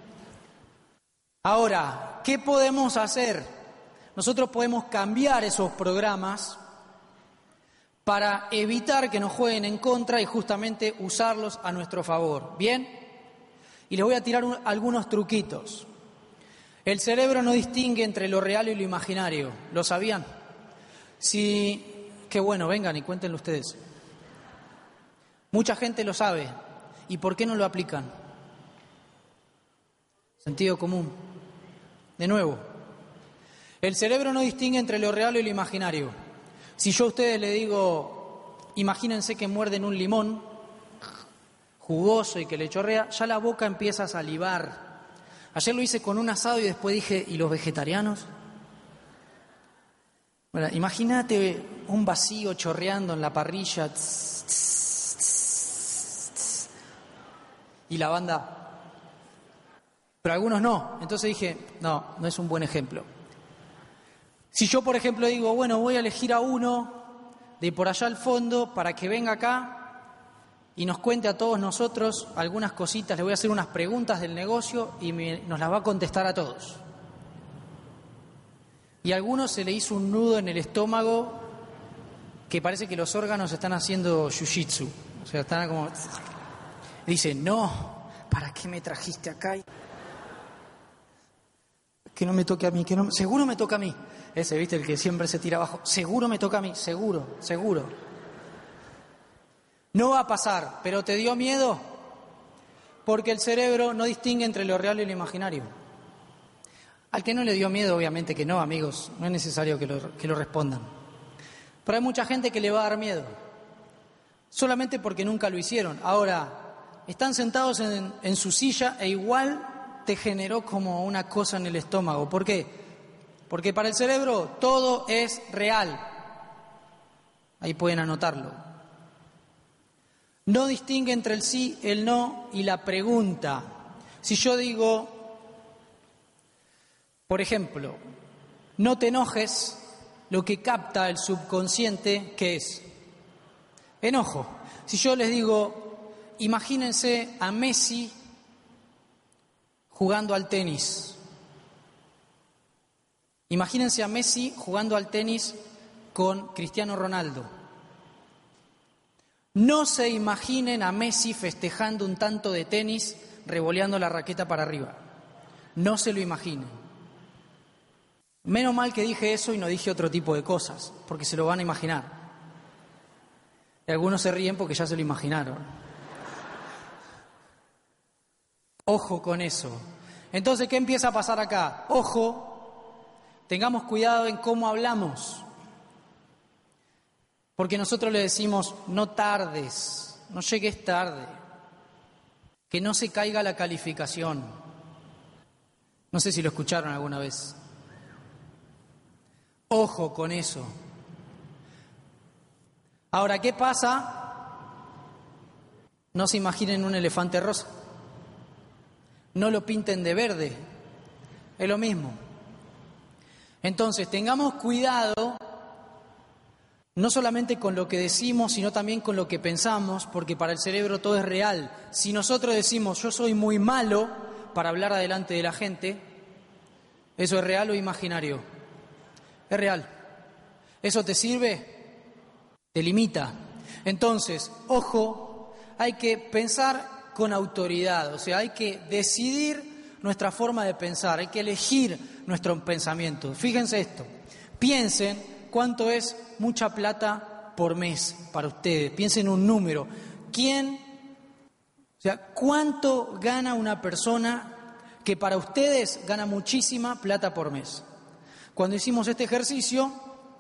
Ahora, ¿qué podemos hacer? Nosotros podemos cambiar esos programas para evitar que nos jueguen en contra y justamente usarlos a nuestro favor. ¿Bien? Y les voy a tirar un, algunos truquitos. El cerebro no distingue entre lo real y lo imaginario. ¿Lo sabían? Si, qué bueno, vengan y cuéntenlo ustedes. Mucha gente lo sabe. ¿Y por qué no lo aplican? Sentido común. De nuevo. El cerebro no distingue entre lo real y lo imaginario. Si yo a ustedes les digo, imagínense que muerden un limón jugoso y que le chorrea, ya la boca empieza a salivar. Ayer lo hice con un asado y después dije, ¿y los vegetarianos? Bueno, imagínate un vacío chorreando en la parrilla tss, tss, tss, tss, y la banda. Pero algunos no. Entonces dije, no, no es un buen ejemplo. Si yo, por ejemplo, digo, bueno, voy a elegir a uno de por allá al fondo para que venga acá y nos cuente a todos nosotros algunas cositas, le voy a hacer unas preguntas del negocio y me, nos las va a contestar a todos. Y a algunos se le hizo un nudo en el estómago que parece que los órganos están haciendo jiu-jitsu. O sea, están como... Dicen, no, ¿para qué me trajiste acá? Que no me toque a mí, que no... seguro me toca a mí. Ese, ¿viste? El que siempre se tira abajo. Seguro me toca a mí, seguro, seguro. No va a pasar, pero ¿te dio miedo? Porque el cerebro no distingue entre lo real y lo imaginario. Al que no le dio miedo, obviamente que no, amigos. No es necesario que lo, que lo respondan. Pero hay mucha gente que le va a dar miedo. Solamente porque nunca lo hicieron. Ahora, están sentados en, en su silla e igual te generó como una cosa en el estómago. ¿Por qué? Porque para el cerebro todo es real. Ahí pueden anotarlo. No distingue entre el sí, el no y la pregunta. Si yo digo, por ejemplo, no te enojes, lo que capta el subconsciente, ¿qué es? Enojo. Si yo les digo, imagínense a Messi jugando al tenis. Imagínense a Messi jugando al tenis con Cristiano Ronaldo. No se imaginen a Messi festejando un tanto de tenis, revoleando la raqueta para arriba. No se lo imaginen. Menos mal que dije eso y no dije otro tipo de cosas, porque se lo van a imaginar. Y algunos se ríen porque ya se lo imaginaron. Ojo con eso. Entonces, ¿qué empieza a pasar acá? Ojo. Tengamos cuidado en cómo hablamos, porque nosotros le decimos, no tardes, no llegues tarde, que no se caiga la calificación. No sé si lo escucharon alguna vez. Ojo con eso. Ahora, ¿qué pasa? No se imaginen un elefante rosa. No lo pinten de verde. Es lo mismo. Entonces, tengamos cuidado No solamente con lo que decimos, sino también con lo que pensamos, porque para el cerebro todo es real. Si nosotros decimos, yo soy muy malo para hablar delante de la gente, ¿eso es real o imaginario? Es real. ¿Eso te sirve? Te limita. Entonces, ojo, hay que pensar con autoridad, o sea, hay que decidir nuestra forma de pensar, hay que elegir nuestro pensamiento. Fíjense esto, piensen cuánto es mucha plata por mes para ustedes, piensen un número. ¿Quién, o sea, cuánto gana una persona que para ustedes gana muchísima plata por mes? Cuando hicimos este ejercicio,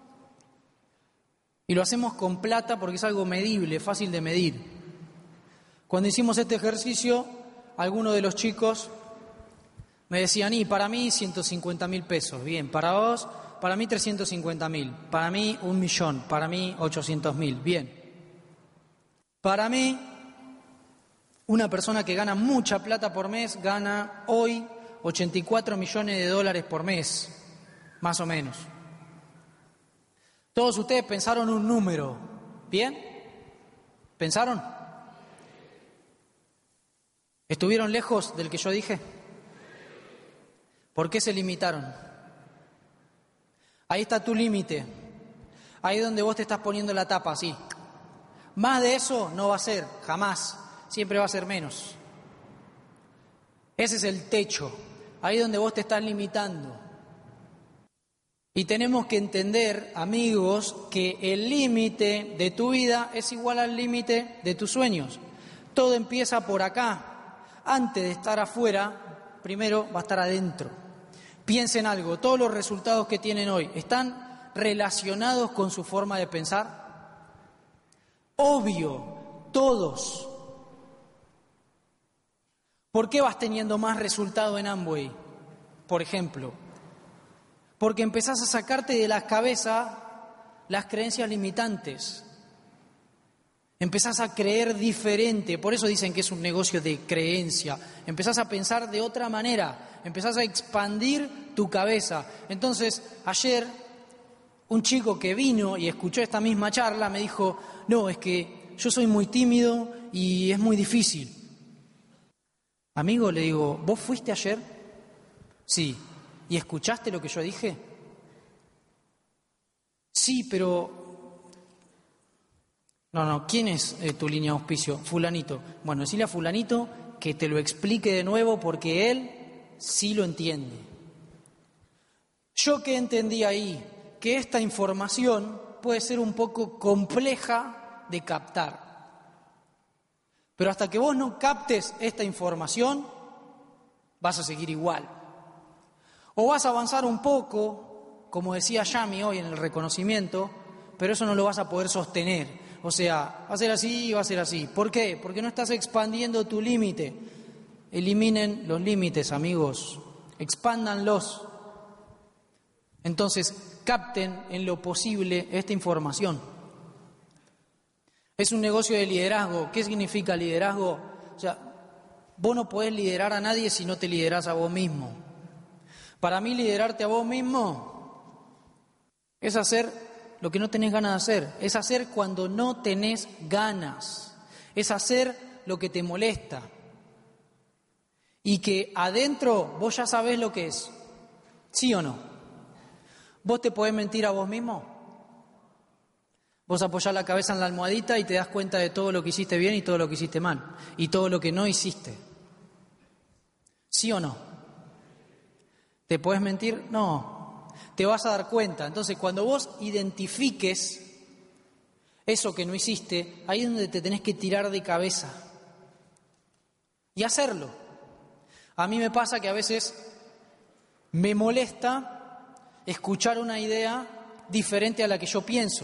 y lo hacemos con plata porque es algo medible, fácil de medir. Cuando hicimos este ejercicio, algunos de los chicos me decían, y para mí ciento cincuenta mil pesos, bien, para vos, para mí trescientos cincuenta mil, para mí un millón, para mí ochocientos mil, bien. Para mí, una persona que gana mucha plata por mes gana hoy ochenta y cuatro millones de dólares por mes, más o menos. Todos ustedes pensaron un número, ¿bien? ¿Pensaron? ¿Estuvieron lejos del que yo dije? ¿Por qué se limitaron? Ahí está tu límite. Ahí es donde vos te estás poniendo la tapa, así. Más de eso no va a ser, jamás. Siempre va a ser menos. Ese es el techo. Ahí es donde vos te estás limitando. Y tenemos que entender, amigos, que el límite de tu vida es igual al límite de tus sueños. Todo empieza por acá. Antes de estar afuera, primero va a estar adentro. Piensen algo, todos los resultados que tienen hoy, ¿están relacionados con su forma de pensar? Obvio, todos. ¿Por qué vas teniendo más resultado en Amway, por ejemplo? Porque empezás a sacarte de la cabeza las creencias limitantes. Empezás a creer diferente, por eso dicen que es un negocio de creencia. Empezás a pensar de otra manera, empezás a expandir tu cabeza. Entonces, ayer un chico que vino y escuchó esta misma charla me dijo, no, es que yo soy muy tímido y es muy difícil. Amigo, le digo, ¿vos fuiste ayer? Sí. ¿Y escuchaste lo que yo dije? Sí, pero... No, no, ¿quién es eh, tu línea de auspicio? Fulanito. Bueno, decile a fulanito que te lo explique de nuevo porque él sí lo entiende. ¿Yo qué entendí ahí? Que esta información puede ser un poco compleja de captar. Pero hasta que vos no captes esta información, vas a seguir igual. O vas a avanzar un poco, como decía Yami hoy en el reconocimiento, pero eso no lo vas a poder sostener. O sea, va a ser así y va a ser así. ¿Por qué? Porque no estás expandiendo tu límite. Eliminen los límites, amigos. Expándanlos. Entonces, capten en lo posible esta información. Es un negocio de liderazgo. ¿Qué significa liderazgo? O sea, vos no podés liderar a nadie si no te liderás a vos mismo. Para mí, liderarte a vos mismo es hacer lo que no tenés ganas de hacer. Es hacer cuando no tenés ganas. Es hacer lo que te molesta. Y que adentro vos ya sabés lo que es. ¿Sí o no? ¿Vos te podés mentir a vos mismo? Vos apoyás la cabeza en la almohadita y te das cuenta de todo lo que hiciste bien y todo lo que hiciste mal. Y todo lo que no hiciste. ¿Sí o no? ¿Te podés mentir? No. Te vas a dar cuenta. Entonces, cuando vos identifiques eso que no hiciste, ahí es donde te tenés que tirar de cabeza. Y hacerlo. A mí me pasa que a veces me molesta escuchar una idea diferente a la que yo pienso.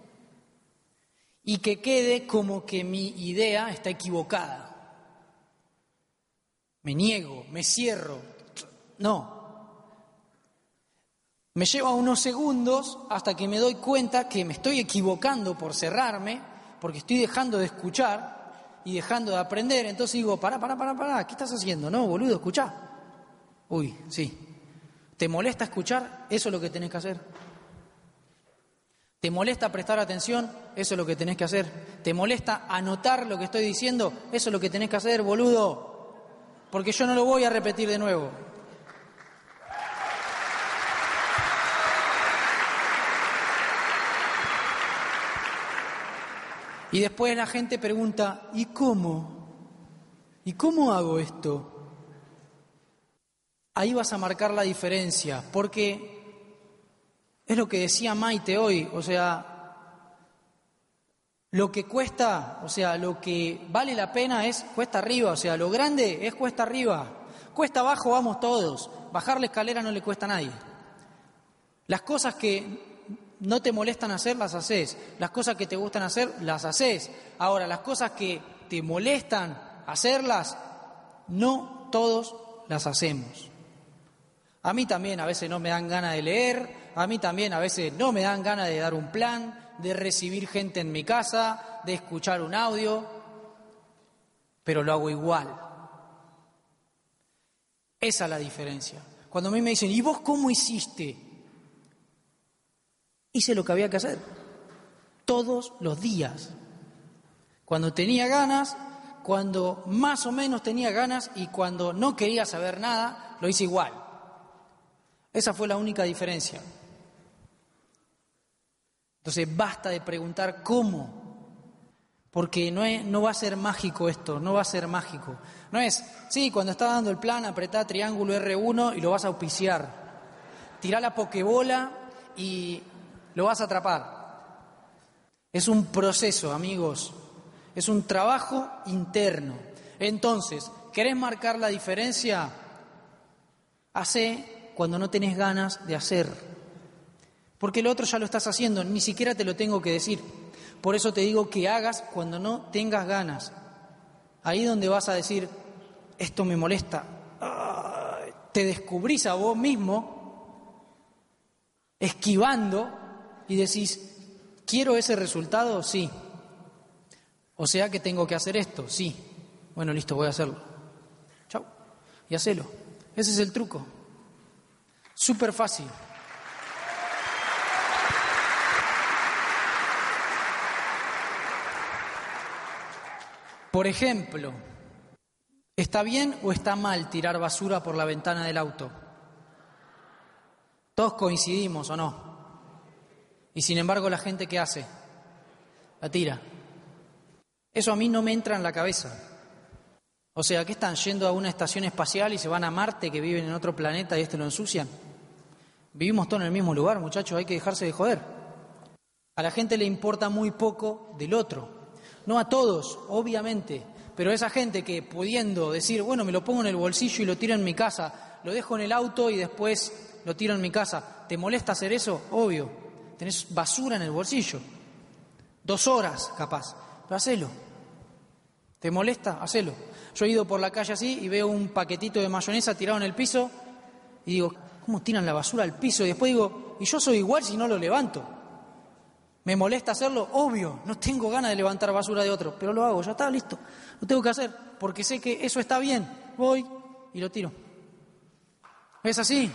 Y que quede como que mi idea está equivocada. Me niego, me cierro. No. Me lleva unos segundos hasta que me doy cuenta que me estoy equivocando por cerrarme, porque estoy dejando de escuchar y dejando de aprender. Entonces digo, pará, pará, pará, pará, ¿qué estás haciendo? No, boludo, escuchá. Uy, sí. ¿Te molesta escuchar? Eso es lo que tenés que hacer. ¿Te molesta prestar atención? Eso es lo que tenés que hacer. ¿Te molesta anotar lo que estoy diciendo? Eso es lo que tenés que hacer, boludo. Porque yo no lo voy a repetir de nuevo. Y después la gente pregunta, ¿y cómo? ¿Y cómo hago esto? Ahí vas a marcar la diferencia, porque es lo que decía Maite hoy, o sea, lo que cuesta, o sea, lo que vale la pena es cuesta arriba, o sea, lo grande es cuesta arriba, cuesta abajo vamos todos, bajar la escalera no le cuesta a nadie. Las cosas que no te molestan hacer, las haces. Las cosas que te gustan hacer, las haces. Ahora, las cosas que te molestan hacerlas, no todos las hacemos. A mí también a veces no me dan ganas de leer, a mí también a veces no me dan ganas de dar un plan, de recibir gente en mi casa, de escuchar un audio, pero lo hago igual. Esa es la diferencia. Cuando a mí me dicen, ¿y vos cómo hiciste? Hice lo que había que hacer, todos los días. Cuando tenía ganas, cuando más o menos tenía ganas y cuando no quería saber nada, lo hice igual. Esa fue la única diferencia. Entonces basta de preguntar cómo, porque no, es, no va a ser mágico esto, no va a ser mágico. No es, sí, cuando estás dando el plan, apretá triángulo erre uno y lo vas a auspiciar. Tirá la pokebola y lo vas a atrapar. Es un proceso, amigos. Es un trabajo interno. Entonces, ¿querés marcar la diferencia? Hacé cuando no tenés ganas de hacer. Porque lo otro ya lo estás haciendo, ni siquiera te lo tengo que decir. Por eso te digo que hagas cuando no tengas ganas. Ahí donde vas a decir, esto me molesta. Te descubrís a vos mismo esquivando y decís, ¿quiero ese resultado? Sí. O sea que tengo que hacer esto, sí. Bueno, listo, voy a hacerlo. Chau. Y hacelo. Ese es el truco. Súper fácil. Por ejemplo, ¿está bien o está mal tirar basura por la ventana del auto? Todos coincidimos, ¿o no? Y sin embargo, ¿la gente qué hace? La tira. Eso a mí no me entra en la cabeza. O sea, ¿qué están yendo a una estación espacial y se van a Marte, que viven en otro planeta y este lo ensucian? Vivimos todos en el mismo lugar, muchachos, hay que dejarse de joder. A la gente le importa muy poco del otro. No a todos, obviamente, pero esa gente que pudiendo decir, bueno, me lo pongo en el bolsillo y lo tiro en mi casa, lo dejo en el auto y después lo tiro en mi casa, ¿te molesta hacer eso? Obvio. Tenés basura en el bolsillo. Dos horas, capaz. Pero hacelo. ¿Te molesta? Hacelo. Yo he ido por la calle así y veo un paquetito de mayonesa tirado en el piso y digo, ¿cómo tiran la basura al piso? Y después digo, ¿y yo soy igual si no lo levanto? ¿Me molesta hacerlo? Obvio. No tengo ganas de levantar basura de otro, pero lo hago. Ya está, listo. Lo tengo que hacer porque sé que eso está bien. Voy y lo tiro. ¿Es así?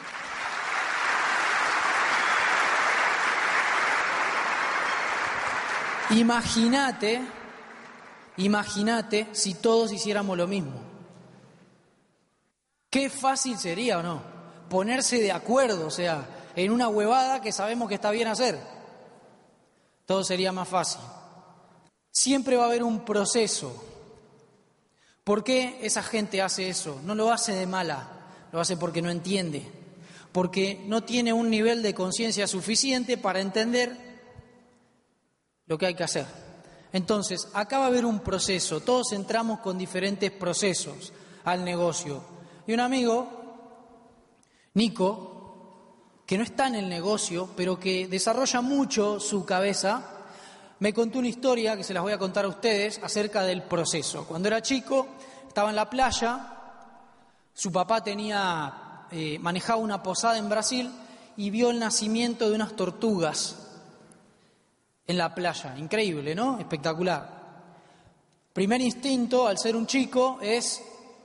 Imagínate, imagínate si todos hiciéramos lo mismo. Qué fácil sería, ¿o no? Ponerse de acuerdo, o sea, en una huevada que sabemos que está bien hacer. Todo sería más fácil. Siempre va a haber un proceso. ¿Por qué esa gente hace eso? No lo hace de mala, lo hace porque no entiende, porque no tiene un nivel de conciencia suficiente para entender lo que hay que hacer. Entonces, acá va a haber un proceso, todos entramos con diferentes procesos al negocio. Y un amigo, Nico, que no está en el negocio, pero que desarrolla mucho su cabeza, me contó una historia que se las voy a contar a ustedes acerca del proceso. Cuando era chico, estaba en la playa, su papá tenía, eh, manejaba una posada en Brasil y vio el nacimiento de unas tortugas en la playa. Increíble, ¿no? Espectacular. Primer instinto, al ser un chico, es: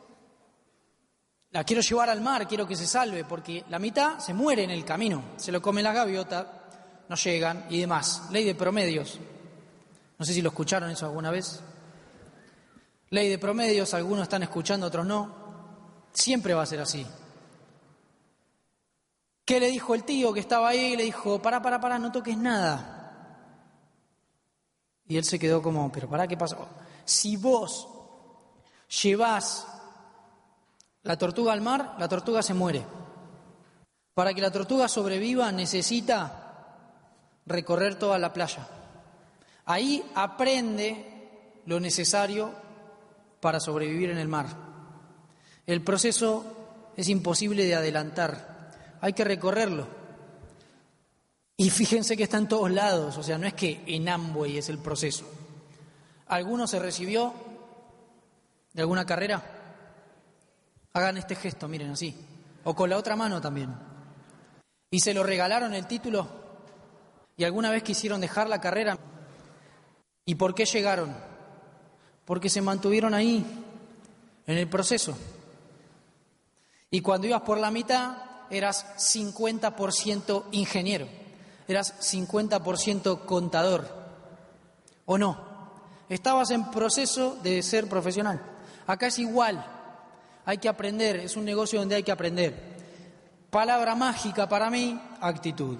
la quiero llevar al mar, quiero que se salve, porque la mitad se muere en el camino, se lo come la gaviota, no llegan y demás. Ley de promedios. No sé si lo escucharon eso alguna vez. Ley de promedios, algunos están escuchando, otros no. Siempre va a ser así. ¿Qué le dijo el tío que estaba ahí? Le dijo, pará, pará, pará, no toques nada. Y él se quedó como, pero pará, ¿qué pasó? Si vos llevás la tortuga al mar, la tortuga se muere. Para que la tortuga sobreviva necesita recorrer toda la playa. Ahí aprende lo necesario para sobrevivir en el mar. El proceso es imposible de adelantar, hay que recorrerlo. Y fíjense que está en todos lados, o sea, no es que en Amway es el proceso. ¿Alguno se recibió de alguna carrera? Hagan este gesto, miren así, o con la otra mano también. ¿Y se lo regalaron el título? ¿Y alguna vez quisieron dejar la carrera? ¿Y por qué llegaron? Porque se mantuvieron ahí, en el proceso. Y cuando ibas por la mitad, eras cincuenta por ciento ingeniero, eras cincuenta por ciento contador, ¿o no? Estabas en proceso de ser profesional. Acá es igual, hay que aprender, es un negocio donde hay que aprender. Palabra mágica para mí, actitud.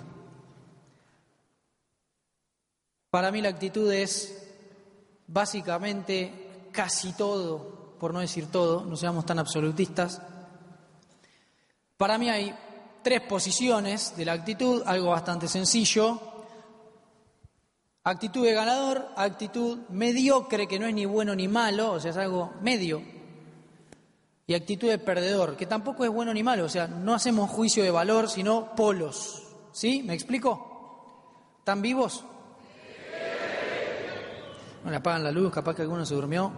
Para mí la actitud es básicamente casi todo, por no decir todo, no seamos tan absolutistas. Para mí hay tres posiciones de la actitud, algo bastante sencillo. Actitud de ganador, actitud mediocre, que no es ni bueno ni malo, o sea, es algo medio. Y actitud de perdedor, que tampoco es bueno ni malo, o sea, no hacemos juicio de valor, sino polos. ¿Sí? ¿Me explico? ¿Están vivos? No le apagan la luz, capaz que alguno se durmió.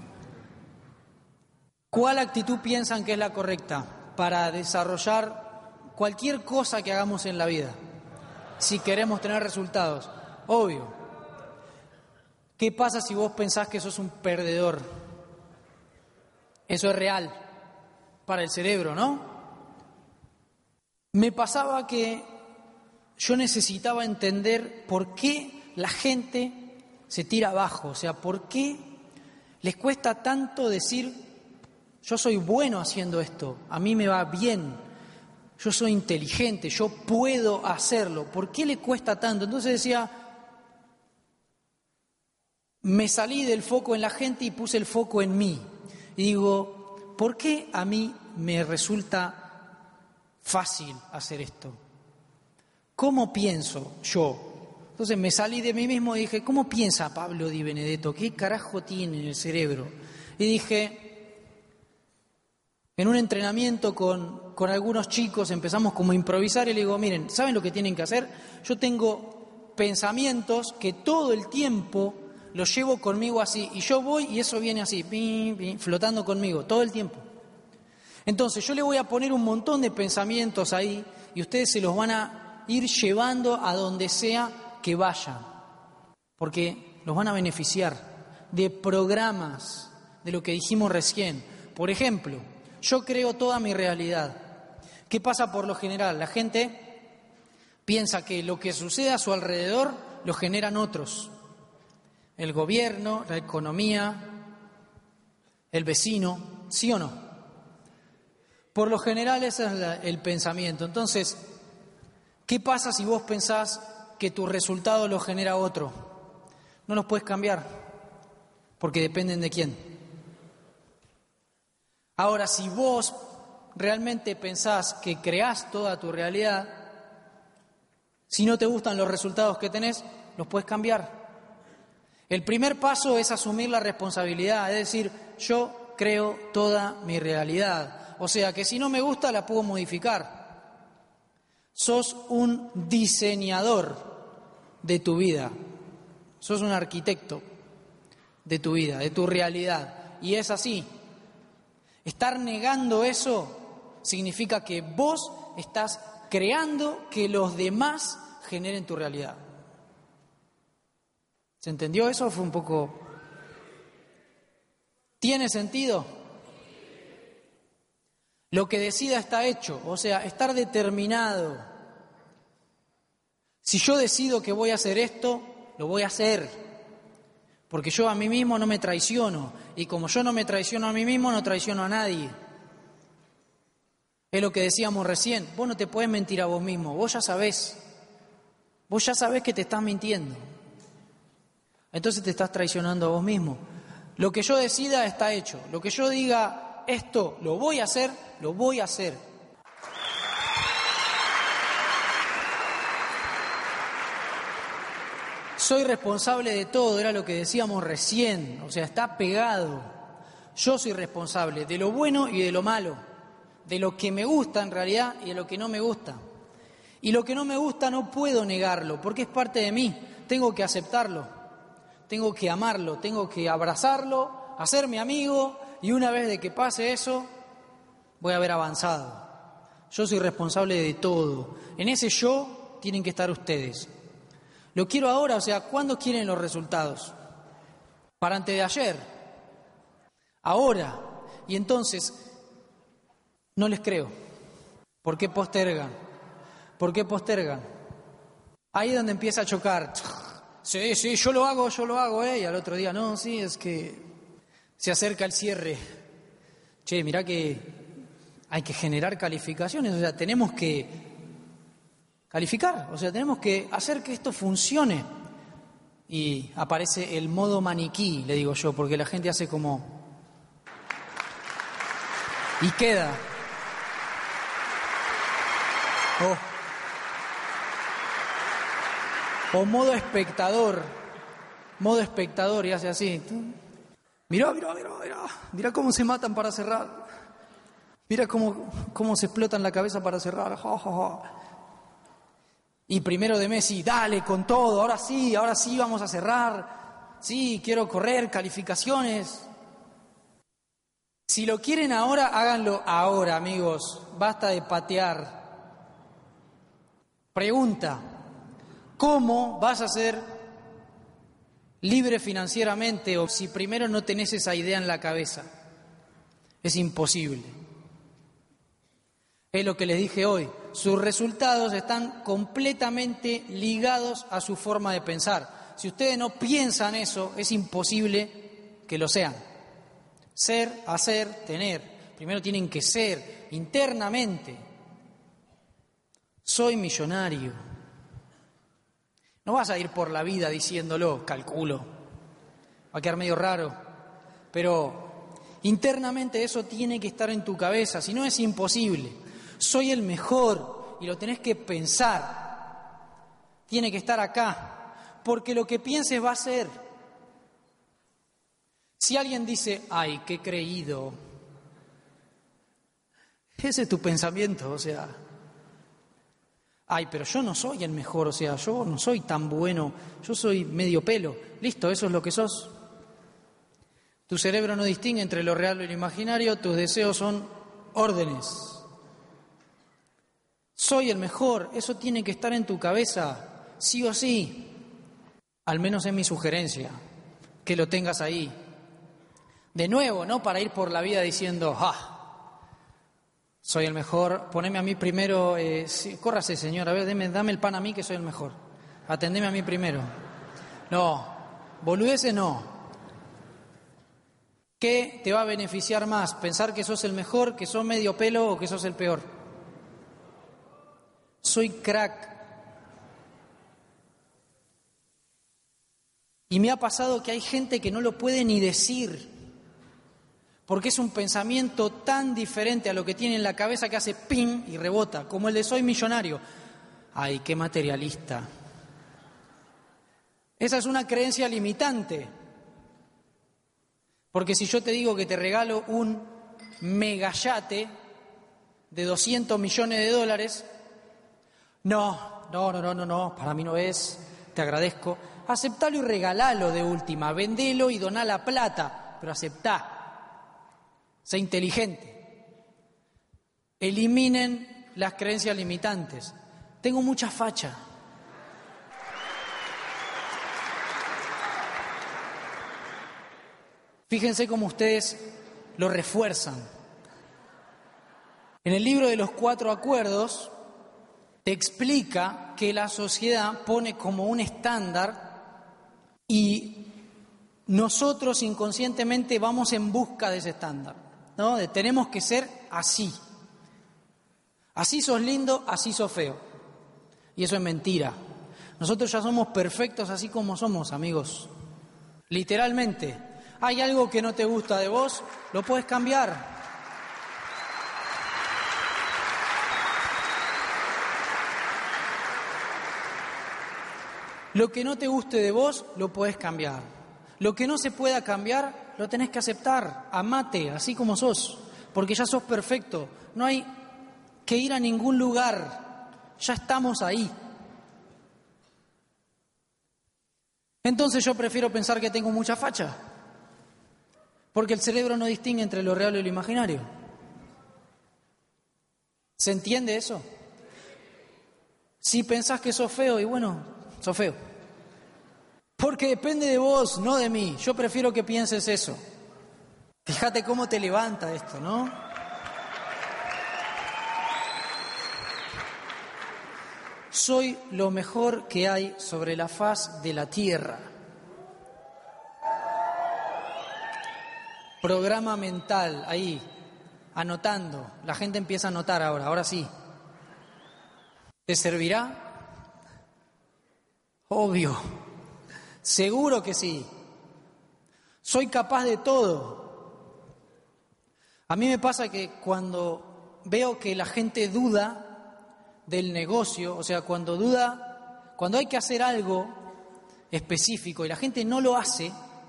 ¿Cuál actitud piensan que es la correcta para desarrollar cualquier cosa que hagamos en la vida? Si queremos tener resultados, obvio. ¿Qué pasa si vos pensás que sos un perdedor? Eso es real para el cerebro, ¿no? Me pasaba que yo necesitaba entender por qué la gente se tira abajo, o sea, ¿por qué les cuesta tanto decir, yo soy bueno haciendo esto, a mí me va bien, yo soy inteligente, yo puedo hacerlo? ¿Por qué le cuesta tanto? Entonces decía, me salí del foco en la gente y puse el foco en mí. Y digo, ¿por qué a mí me resulta fácil hacer esto? ¿Cómo pienso yo? Entonces me salí de mí mismo y dije, ¿cómo piensa Pablo Di Benedetto? ¿Qué carajo tiene en el cerebro? Y dije, en un entrenamiento con, con algunos chicos empezamos como a improvisar y le digo, miren, ¿saben lo que tienen que hacer? Yo tengo pensamientos que todo el tiempo los llevo conmigo así, y yo voy y eso viene así, pim, pim, flotando conmigo, todo el tiempo. Entonces yo le voy a poner un montón de pensamientos ahí y ustedes se los van a ir llevando a donde sea que vayan, porque los van a beneficiar de programas, de lo que dijimos recién. Por ejemplo, yo creo toda mi realidad. ¿Qué pasa por lo general? La gente piensa que lo que sucede a su alrededor lo generan otros. El gobierno, la economía, el vecino, ¿sí o no? Por lo general ese es la, el pensamiento. Entonces, ¿qué pasa si vos pensás que tu resultado lo genera otro? No los puedes cambiar, porque dependen de quién. Ahora, si vos realmente pensás que creás toda tu realidad, si no te gustan los resultados que tenés, los puedes cambiar. El primer paso es asumir la responsabilidad, es decir, yo creo toda mi realidad. O sea, que si no me gusta, la puedo modificar. Sos un diseñador de tu vida, sos un arquitecto de tu vida, de tu realidad. Y es así. Estar negando eso significa que vos estás creando que los demás generen tu realidad. ¿Se entendió eso o fue un poco? ¿Tiene sentido? Lo que decida está hecho, o sea, estar determinado. Si yo decido que voy a hacer esto, lo voy a hacer. Porque yo a mí mismo no me traiciono. Y como yo no me traiciono a mí mismo, no traiciono a nadie. Es lo que decíamos recién. Vos no te podés mentir a vos mismo. Vos ya sabés. Vos ya sabés que te estás mintiendo. Entonces te estás traicionando a vos mismo. Lo que yo decida está hecho. Lo que yo diga, esto lo voy a hacer, lo voy a hacer. Soy responsable de todo, era lo que decíamos recién. O sea, está pegado. Yo soy responsable de lo bueno y de lo malo. De lo que me gusta en realidad y de lo que no me gusta. Y lo que no me gusta no puedo negarlo, porque es parte de mí. Tengo que aceptarlo, tengo que amarlo, tengo que abrazarlo, hacerme amigo, y una vez de que pase eso, voy a haber avanzado. Yo soy responsable de todo. En ese yo tienen que estar ustedes. Lo quiero ahora, o sea, ¿cuándo quieren los resultados? Para antes de ayer. Ahora. Y entonces, no les creo. ¿Por qué postergan? ¿Por qué postergan? Ahí es donde empieza a chocar. Sí, sí, yo lo hago, yo lo hago, ¿eh? Y al otro día, no, sí, es que se acerca el cierre. Che, mirá que hay que generar calificaciones, o sea, tenemos que calificar, o sea, tenemos que hacer que esto funcione. Y aparece el modo maniquí, le digo yo, porque la gente hace como... Y queda. O, o modo espectador, modo espectador y hace así. Mirá, mirá, mirá, mirá, mirá cómo se matan para cerrar. Mirá cómo, cómo se explotan la cabeza para cerrar. Ja, ja, ja. Y primero de Messi, dale con todo, ahora sí, ahora sí vamos a cerrar. Sí, quiero correr, calificaciones. Si lo quieren ahora, háganlo ahora, amigos. Basta de patear. Pregunta, ¿cómo vas a ser libre financieramente o si primero no tenés esa idea en la cabeza? Es imposible. Es lo que les dije hoy. Sus resultados están completamente ligados a su forma de pensar. Si ustedes no piensan eso, es imposible que lo sean. Ser, hacer, tener. Primero tienen que ser internamente. Soy millonario. No vas a ir por la vida diciéndolo, calculo. Va a quedar medio raro. Pero internamente eso tiene que estar en tu cabeza, si no es imposible. Soy el mejor y lo tenés que pensar. Tiene que estar acá, porque lo que pienses va a ser. Si alguien dice, ay, qué creído, ese es tu pensamiento, o sea, ay, pero yo no soy el mejor, o sea, yo no soy tan bueno, yo soy medio pelo, listo, eso es lo que sos. Tu cerebro no distingue entre lo real y lo imaginario, tus deseos son órdenes. Soy el mejor, eso tiene que estar en tu cabeza, sí o sí. Al menos es mi sugerencia, que lo tengas ahí. De nuevo, no para ir por la vida diciendo, ah, soy el mejor, poneme a mí primero, eh, sí, córrase señor, a ver, dame, dame el pan a mí que soy el mejor. Atendeme a mí primero. No, boludeces no. ¿Qué te va a beneficiar más? ¿Pensar que sos el mejor, que sos medio pelo o que sos el peor? Soy crack. Y me ha pasado que hay gente que no lo puede ni decir, porque es un pensamiento tan diferente a lo que tiene en la cabeza que hace ping y rebota, como el de soy millonario. Ay, qué materialista. Esa es una creencia limitante. Porque si yo te digo que te regalo un megayate de doscientos millones de dólares, no, no, no, no, no, no, para mí no es, te agradezco. Aceptalo y regalalo de última, vendelo y doná la plata, pero aceptá. Sé inteligente. Eliminen las creencias limitantes. Tengo mucha facha. Fíjense cómo ustedes lo refuerzan. En el libro de los cuatro acuerdos, te explica que la sociedad pone como un estándar y nosotros inconscientemente vamos en busca de ese estándar, ¿no? De tenemos que ser así. Así sos lindo, así sos feo. Y eso es mentira. Nosotros ya somos perfectos así como somos, amigos. Literalmente. Hay algo que no te gusta de vos, lo puedes cambiar. Lo que no te guste de vos, lo podés cambiar. Lo que no se pueda cambiar, lo tenés que aceptar. Amate, así como sos, porque ya sos perfecto. No hay que ir a ningún lugar. Ya estamos ahí. Entonces yo prefiero pensar que tengo mucha facha, porque el cerebro no distingue entre lo real y lo imaginario. ¿Se entiende eso? Si pensás que sos feo, y bueno, sos feo. Porque depende de vos, no de mí. Yo prefiero que pienses eso. Fíjate cómo te levanta esto, ¿no? Soy lo mejor que hay sobre la faz de la tierra. Programa mental, ahí, anotando. La gente empieza a anotar ahora, ahora sí. ¿Te servirá? Obvio. Seguro que sí. Soy capaz de todo. A mí me pasa que cuando veo que la gente duda del negocio, o sea, cuando duda, cuando hay que hacer algo específico y la gente no lo hace,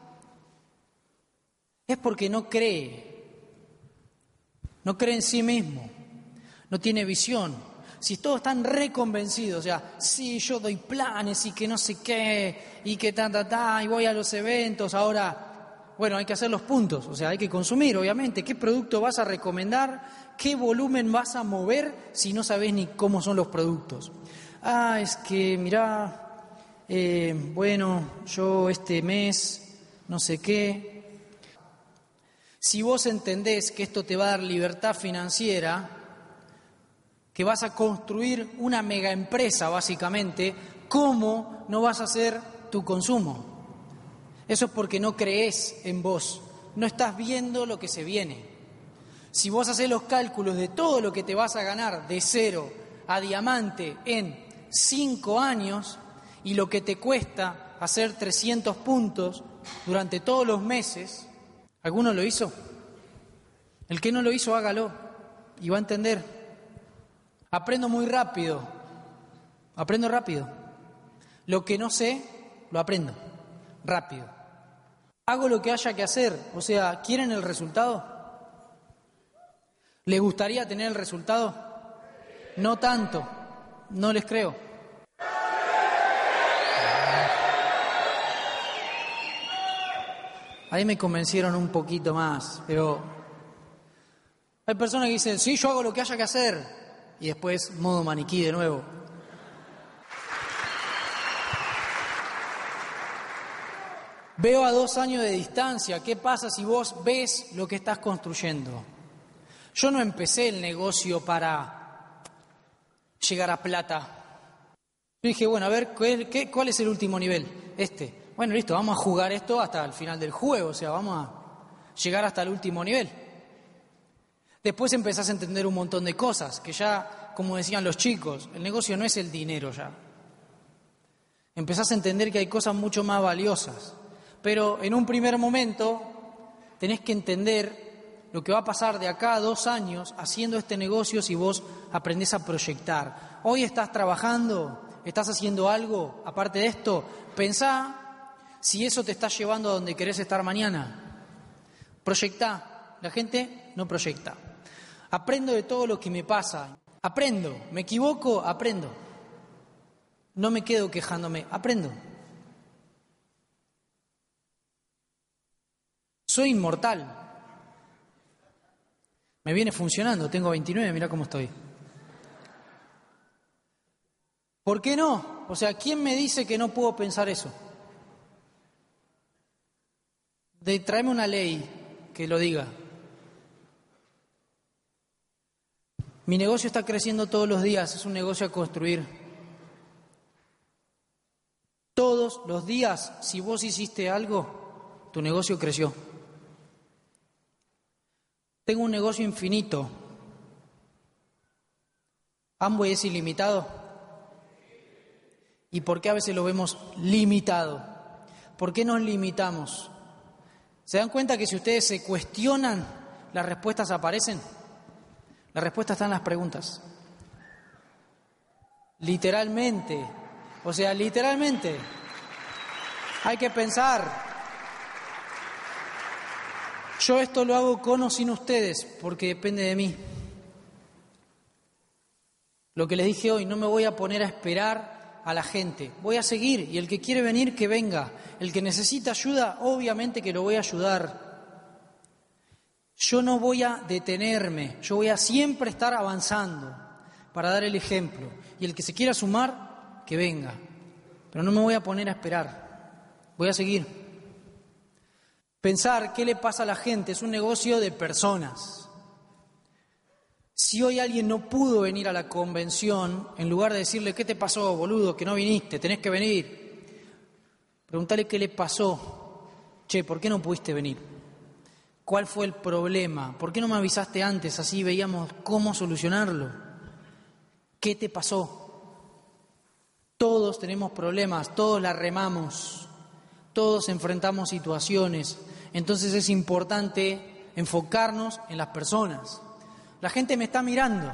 es porque no cree, no cree en sí mismo, no tiene visión. Si todos están reconvencidos, o sea, sí, yo doy planes y que no sé qué, y que ta, ta, ta, y voy a los eventos, ahora, bueno, hay que hacer los puntos, o sea, hay que consumir, obviamente, qué producto vas a recomendar, qué volumen vas a mover si no sabés ni cómo son los productos. Ah, es que, mirá, eh, bueno, yo este mes, no sé qué. Si vos entendés que esto te va a dar libertad financiera, que vas a construir una mega empresa básicamente, ¿cómo no vas a hacer tu consumo? Eso es porque no crees en vos, no estás viendo lo que se viene. Si vos haces los cálculos de todo lo que te vas a ganar de cero a diamante en cinco años y lo que te cuesta hacer trescientos puntos durante todos los meses, ¿alguno lo hizo? El que no lo hizo, hágalo y va a entender. Aprendo muy rápido, aprendo rápido. Lo que no sé, lo aprendo rápido. Hago lo que haya que hacer, o sea, ¿quieren el resultado? ¿Les gustaría tener el resultado? No tanto, no les creo. Ahí me convencieron un poquito más, pero hay personas que dicen, sí, yo hago lo que haya que hacer, y después modo maniquí de nuevo. Veo a dos años de distancia, ¿qué pasa si vos ves lo que estás construyendo? Yo no empecé el negocio para llegar a plata. Yo dije, bueno, a ver, ¿qué, qué, ¿cuál es el último nivel? Este. Bueno, listo, vamos a jugar esto hasta el final del juego, o sea, vamos a llegar hasta el último nivel. Después empezás a entender un montón de cosas, que ya, como decían los chicos, el negocio no es el dinero ya. Empezás a entender que hay cosas mucho más valiosas. Pero en un primer momento tenés que entender lo que va a pasar de acá a dos años haciendo este negocio si vos aprendés a proyectar. Hoy estás trabajando, estás haciendo algo, aparte de esto, pensá si eso te está llevando a donde querés estar mañana. Proyectá. La gente no proyecta. Aprendo de todo lo que me pasa. Aprendo. Me equivoco, aprendo. No me quedo quejándome, aprendo. Soy inmortal. Me viene funcionando, tengo veintinueve, mirá cómo estoy. ¿Por qué no? O sea, ¿quién me dice que no puedo pensar eso? De tráeme una ley que lo diga. Mi negocio está creciendo todos los días, es un negocio a construir. Todos los días, si vos hiciste algo, tu negocio creció. Tengo un negocio infinito. ¿Amway es ilimitado? ¿Y por qué a veces lo vemos limitado? ¿Por qué nos limitamos? ¿Se dan cuenta que si ustedes se cuestionan, las respuestas aparecen? La respuesta está en las preguntas. Literalmente. O sea, literalmente. Hay que pensar. Yo esto lo hago con o sin ustedes, porque depende de mí. Lo que les dije hoy, no me voy a poner a esperar a la gente. Voy a seguir y el que quiere venir, que venga. El que necesita ayuda, obviamente que lo voy a ayudar. Yo no voy a detenerme, yo voy a siempre estar avanzando para dar el ejemplo. Y el que se quiera sumar, que venga. Pero no me voy a poner a esperar, voy a seguir. Pensar qué le pasa a la gente es un negocio de personas. Si hoy alguien no pudo venir a la convención, en lugar de decirle, ¿qué te pasó, boludo, que no viniste, tenés que venir? Preguntale qué le pasó. Che, ¿por qué no pudiste venir? ¿Cuál fue el problema? ¿Por qué no me avisaste antes? Así veíamos cómo solucionarlo. ¿Qué te pasó? Todos tenemos problemas, todos la remamos, todos enfrentamos situaciones. Entonces es importante enfocarnos en las personas. La gente me está mirando.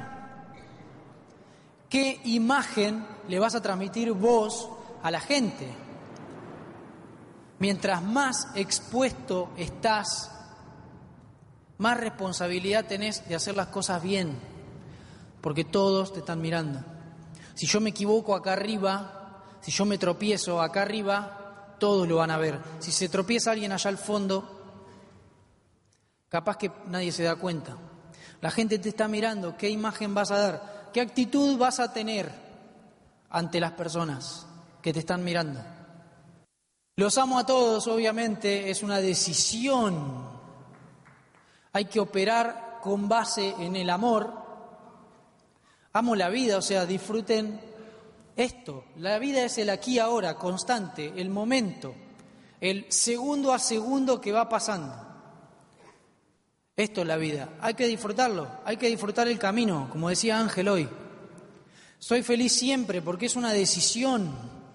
¿Qué imagen le vas a transmitir vos a la gente? Mientras más expuesto estás, más responsabilidad tenés de hacer las cosas bien, porque todos te están mirando. Si yo me equivoco acá arriba, si yo me tropiezo acá arriba, todos lo van a ver. Si se tropieza alguien allá al fondo, capaz que nadie se da cuenta. La gente te está mirando, ¿qué imagen vas a dar? ¿Qué actitud vas a tener ante las personas que te están mirando? Los amo a todos, obviamente, es una decisión. Hay que operar con base en el amor. Amo la vida, o sea, disfruten esto. La vida es el aquí y ahora, constante, el momento, el segundo a segundo que va pasando. Esto es la vida. Hay que disfrutarlo, hay que disfrutar el camino, como decía Ángel hoy. Soy feliz siempre porque es una decisión.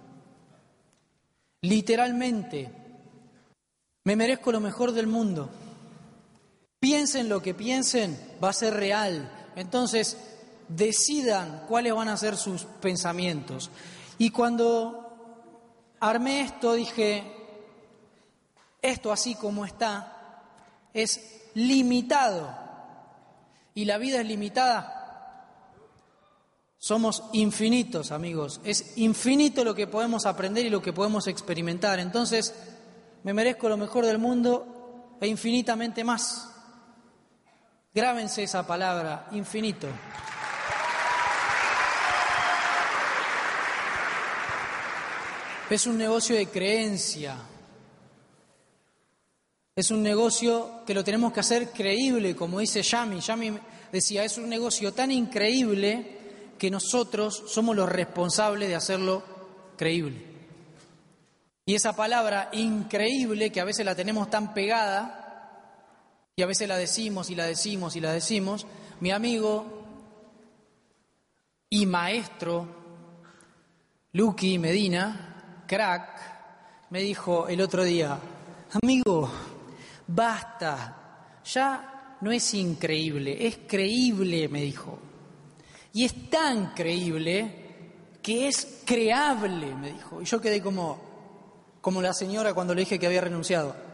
Literalmente, me merezco lo mejor del mundo. Piensen lo que piensen, va a ser real. Entonces, decidan cuáles van a ser sus pensamientos. Y cuando armé esto, dije, esto así como está, es limitado. Y la vida es limitada. Somos infinitos, amigos. Es infinito lo que podemos aprender y lo que podemos experimentar. Entonces, me merezco lo mejor del mundo e infinitamente más. Grábense esa palabra, infinito. Es un negocio de creencia. Es un negocio que lo tenemos que hacer creíble, como dice Yami. Yami decía, es un negocio tan increíble que nosotros somos los responsables de hacerlo creíble. Y esa palabra increíble, que a veces la tenemos tan pegada, y a veces la decimos y la decimos y la decimos, mi amigo y maestro Luqui Medina, crack, me dijo el otro día, amigo, basta, ya no es increíble, es creíble, me dijo. Y es tan creíble que es creable, me dijo. Y yo quedé como, como la señora cuando le dije que había renunciado.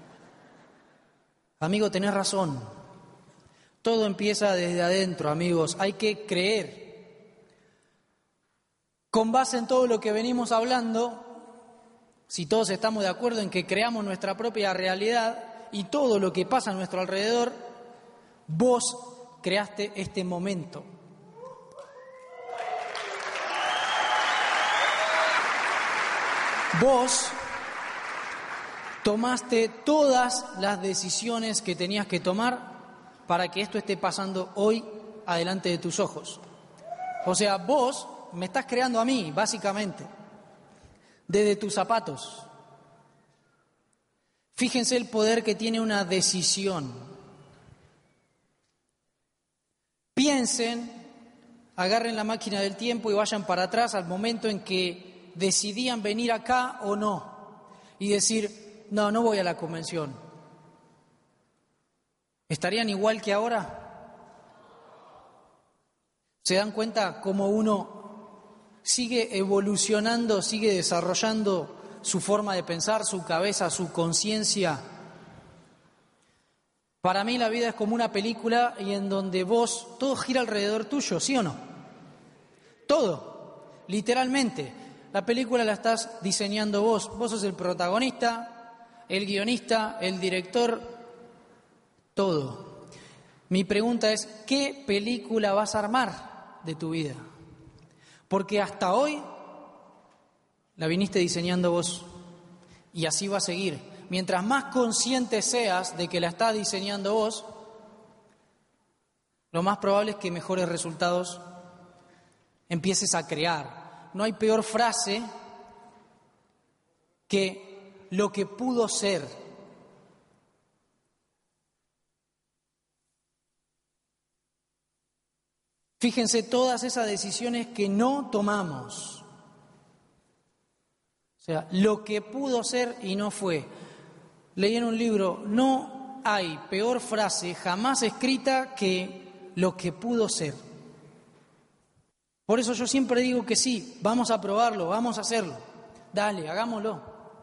Amigo, tenés razón. Todo empieza desde adentro, amigos. Hay que creer. Con base en todo lo que venimos hablando, si todos estamos de acuerdo en que creamos nuestra propia realidad y todo lo que pasa a nuestro alrededor, vos creaste este momento. Vos tomaste todas las decisiones que tenías que tomar para que esto esté pasando hoy adelante de tus ojos. O sea, vos me estás creando a mí, básicamente, desde tus zapatos. Fíjense el poder que tiene una decisión. Piensen, agarren la máquina del tiempo y vayan para atrás al momento en que decidían venir acá o no. Y decir, no, no voy a la convención. ¿Estarían igual que ahora? ¿Se dan cuenta cómo uno sigue evolucionando, sigue desarrollando su forma de pensar, su cabeza, su conciencia? Para mí la vida es como una película y en donde vos, todo gira alrededor tuyo, ¿sí o no? Todo, literalmente. La película la estás diseñando vos, vos sos el protagonista, el guionista, el director, todo. Mi pregunta es, ¿qué película vas a armar de tu vida? Porque hasta hoy la viniste diseñando vos y así va a seguir. Mientras más consciente seas de que la estás diseñando vos, lo más probable es que mejores resultados empieces a crear. No hay peor frase que lo que pudo ser. Fíjense todas esas decisiones que no tomamos. O sea, lo que pudo ser y no fue. Leí en un libro, no hay peor frase jamás escrita que lo que pudo ser. Por eso yo siempre digo que sí, vamos a probarlo, vamos a hacerlo. Dale, hagámoslo.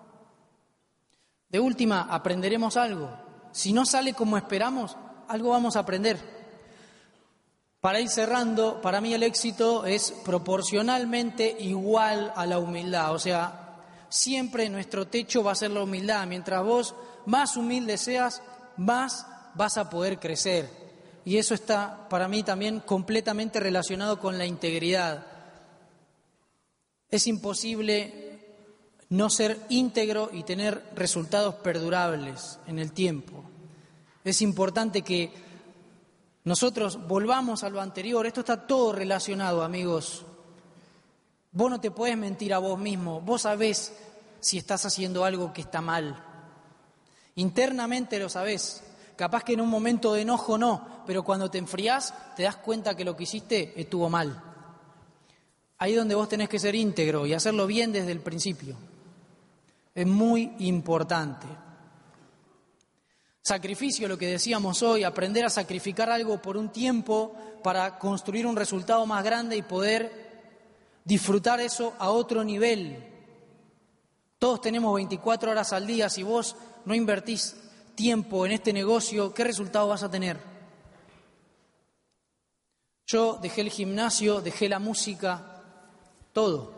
De última, aprenderemos algo. Si no sale como esperamos, algo vamos a aprender. Para ir cerrando, para mí el éxito es proporcionalmente igual a la humildad. O sea, siempre nuestro techo va a ser la humildad. Mientras vos más humilde seas, más vas a poder crecer. Y eso está para mí también completamente relacionado con la integridad. Es imposible no ser íntegro y tener resultados perdurables en el tiempo. Es importante que nosotros volvamos a lo anterior. Esto está todo relacionado, amigos. Vos no te podés mentir a vos mismo. Vos sabés si estás haciendo algo que está mal. Internamente lo sabés. Capaz que en un momento de enojo no, pero cuando te enfriás te das cuenta que lo que hiciste estuvo mal. Ahí es donde vos tenés que ser íntegro y hacerlo bien desde el principio. Es muy importante. Sacrificio, lo que decíamos hoy, aprender a sacrificar algo por un tiempo para construir un resultado más grande y poder disfrutar eso a otro nivel. Todos tenemos veinticuatro horas al día. Si vos no invertís tiempo en este negocio, ¿qué resultado vas a tener? Yo dejé el gimnasio, dejé la música, todo.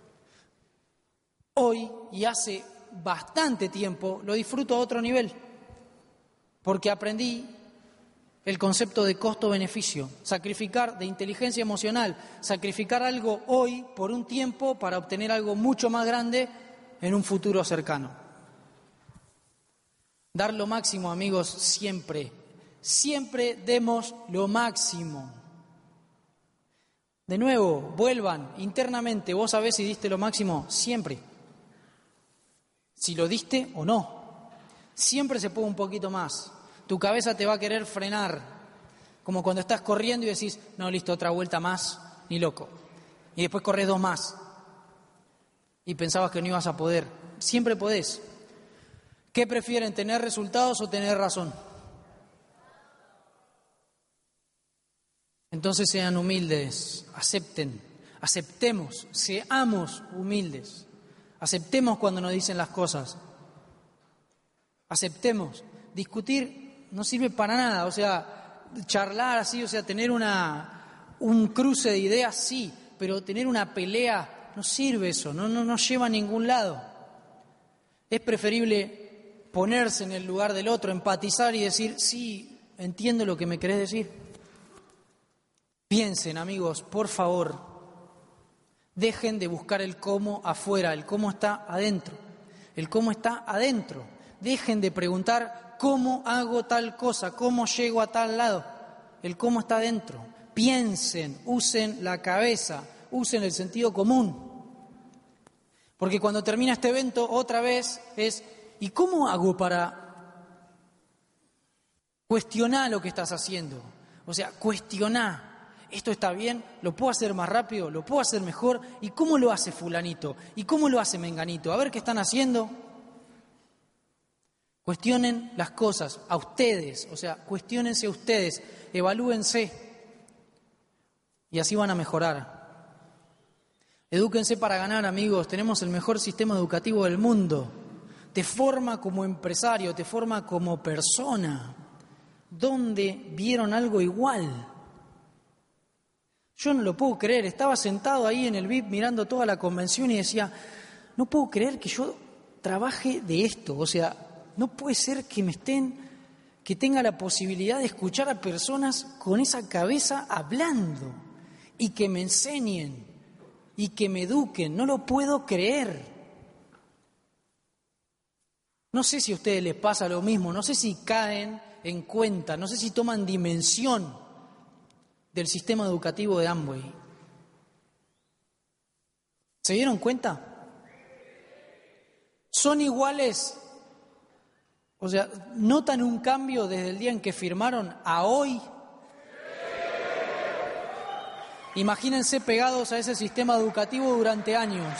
Hoy, y hace bastante tiempo, lo disfruto a otro nivel. Porque aprendí el concepto de costo-beneficio, sacrificar de inteligencia emocional, sacrificar algo hoy por un tiempo para obtener algo mucho más grande en un futuro cercano. Dar lo máximo, amigos, siempre, siempre demos lo máximo. De nuevo, vuelvan internamente, vos sabés si diste lo máximo, siempre. Si lo diste o no. Siempre se puede un poquito más. Tu cabeza te va a querer frenar, como cuando estás corriendo y decís, no, listo, otra vuelta más, ni loco. Y después corres dos más. Y pensabas que no ibas a poder. Siempre podés. ¿Qué prefieren, tener resultados o tener razón? Entonces sean humildes, acepten, aceptemos, seamos humildes. Aceptemos cuando nos dicen las cosas. Aceptemos. Discutir no sirve para nada, o sea, charlar así, o sea, tener una, un cruce de ideas, sí, pero tener una pelea no sirve eso, no, no nos lleva a ningún lado. Es preferible ponerse en el lugar del otro, empatizar y decir, sí, entiendo lo que me querés decir. Piensen, amigos, por favor, dejen de buscar el cómo afuera, el cómo está adentro, el cómo está adentro. Dejen de preguntar cómo hago tal cosa, cómo llego a tal lado. El cómo está adentro. piensen, usen la cabeza, usen el sentido común. Porque cuando termina este evento, otra vez es, ¿y cómo hago para cuestionar lo que estás haciendo? O sea, cuestionar. ¿Esto está bien? ¿Lo puedo hacer más rápido? ¿Lo puedo hacer mejor? ¿Y cómo lo hace fulanito? ¿Y cómo lo hace menganito? A ver qué están haciendo. Cuestionen las cosas a ustedes, o sea, cuestiónense a ustedes, evalúense y así van a mejorar. Edúquense para ganar, amigos. Tenemos el mejor sistema educativo del mundo. Te forma como empresario, te forma como persona. ¿Dónde vieron algo igual? Yo no lo puedo creer, estaba sentado ahí en el V I P mirando toda la convención y decía, no puedo creer que yo trabaje de esto, o sea, no puede ser que me estén, que tenga la posibilidad de escuchar a personas con esa cabeza hablando y que me enseñen y que me eduquen, no lo puedo creer. No sé si a ustedes les pasa lo mismo, no sé si caen en cuenta, no sé si toman dimensión del sistema educativo de Amway. ¿Se dieron cuenta? ¿Son iguales? O sea, ¿notan un cambio desde el día en que firmaron a hoy? Imagínense pegados a ese sistema educativo durante años.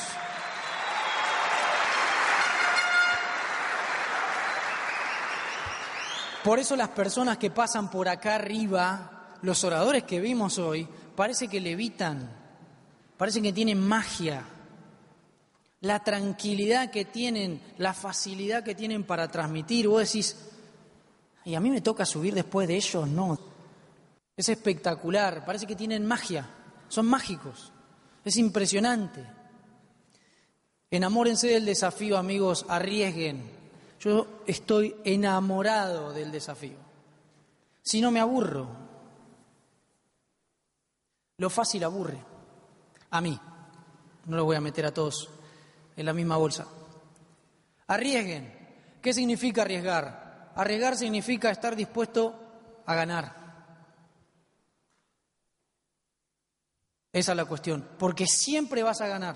Por eso las personas que pasan por acá arriba, los oradores que vimos hoy, parece que levitan, parece que tienen magia. La tranquilidad que tienen, la facilidad que tienen para transmitir. Vos decís, ¿y a mí me toca subir después de ellos? No. Es espectacular, parece que tienen magia, son mágicos, es impresionante. Enamórense del desafío, amigos, arriesguen. Yo estoy enamorado del desafío. Si no me aburro. Lo fácil aburre. A mí. No lo voy a meter a todos en la misma bolsa. Arriesguen. ¿Qué significa arriesgar? Arriesgar significa estar dispuesto a ganar. Esa es la cuestión. Porque siempre vas a ganar.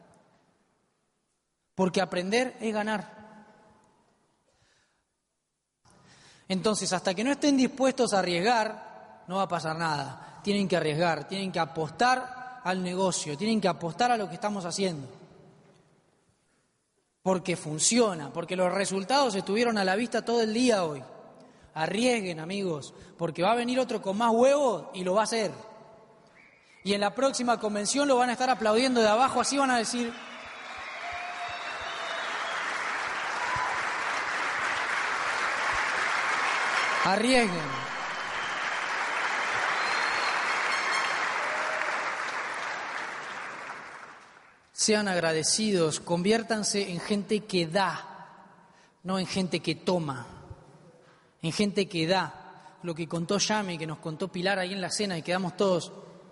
Porque aprender es ganar. Entonces, hasta que no estén dispuestos a arriesgar, no va a pasar nada. Tienen que arriesgar, tienen que apostar al negocio, tienen que apostar a lo que estamos haciendo. Porque funciona, porque los resultados estuvieron a la vista todo el día hoy. Arriesguen, amigos, porque va a venir otro con más huevos y lo va a hacer. Y en la próxima convención lo van a estar aplaudiendo de abajo, así van a decir... Arriesguen. Sean agradecidos, conviértanse en gente que da, no en gente que toma, en gente que da. Lo que contó Yami, que nos contó Pilar ahí en la cena y quedamos todos,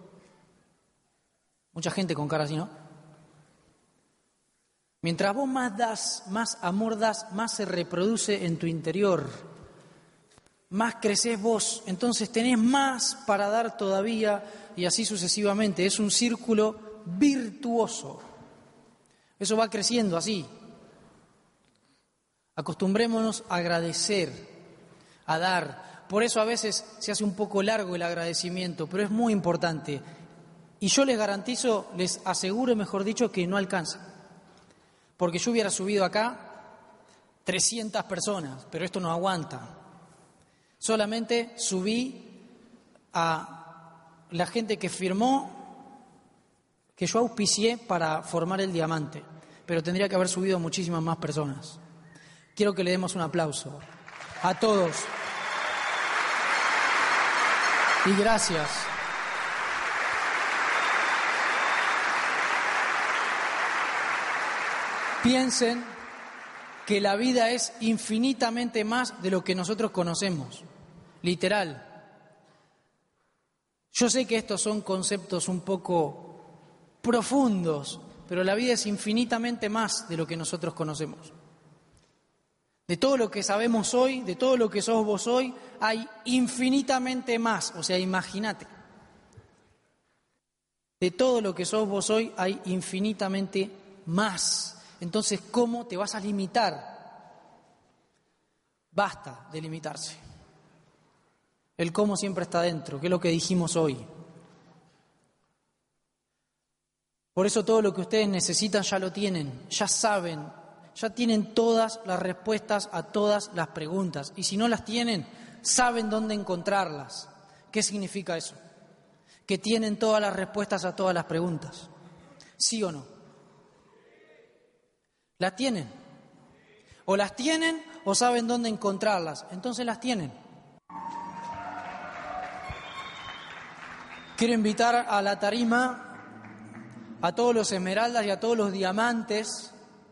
mucha gente con cara así, ¿no? Mientras vos más das, más amor das, más se reproduce en tu interior, más creces vos, entonces tenés más para dar todavía y así sucesivamente. Es un círculo virtuoso. Eso va creciendo así. Acostumbrémonos a agradecer, a dar. Por eso a veces se hace un poco largo el agradecimiento, pero es muy importante. Y yo les garantizo, les aseguro, mejor dicho, que no alcanza. Porque yo hubiera subido acá trescientas personas, pero esto no aguanta. Solamente subí a la gente que firmó, que yo auspicié para formar el diamante, pero tendría que haber subido muchísimas más personas. Quiero que le demos un aplauso a todos. Y gracias. Piensen que la vida es infinitamente más de lo que nosotros conocemos, literal. Yo sé que estos son conceptos un poco profundos, pero la vida es infinitamente más de lo que nosotros conocemos. De todo lo que sabemos hoy, de todo lo que sos vos hoy, hay infinitamente más. O sea, imagínate. De todo lo que sos vos hoy hay infinitamente más. Entonces, ¿cómo te vas a limitar? Basta de limitarse. El cómo siempre está dentro, que es lo que dijimos hoy. Por eso todo lo que ustedes necesitan ya lo tienen, ya saben, ya tienen todas las respuestas a todas las preguntas. Y si no las tienen, saben dónde encontrarlas. ¿Qué significa eso? Que tienen todas las respuestas a todas las preguntas. ¿Sí o no? ¿Las tienen? O las tienen o saben dónde encontrarlas. Entonces las tienen. Quiero invitar a la tarima a todos los esmeraldas y a todos los diamantes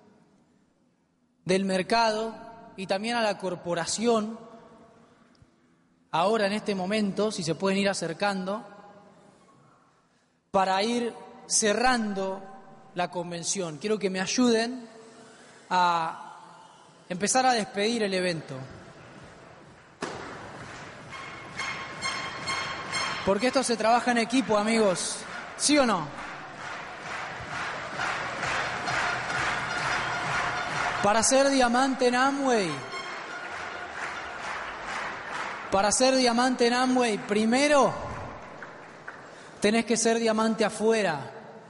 del mercado y también a la corporación, ahora en este momento, si se pueden ir acercando, para ir cerrando la convención. Quiero que me ayuden a empezar a despedir el evento. Porque esto se trabaja en equipo, amigos. ¿Sí o no? Para ser diamante en Amway, para ser diamante en Amway, primero tenés que ser diamante afuera.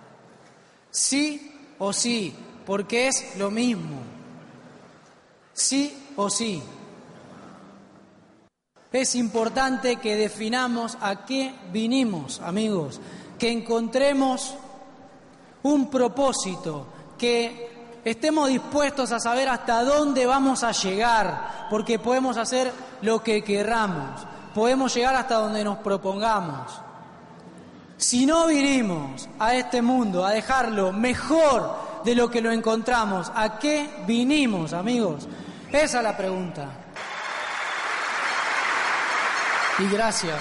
Sí o sí, porque es lo mismo. Sí o sí. Es importante que definamos a qué vinimos, amigos, que encontremos un propósito, que estemos dispuestos a saber hasta dónde vamos a llegar, porque podemos hacer lo que querramos, podemos llegar hasta donde nos propongamos. Si no vinimos a este mundo a dejarlo mejor de lo que lo encontramos, ¿a qué vinimos, amigos? Esa es la pregunta. Y gracias.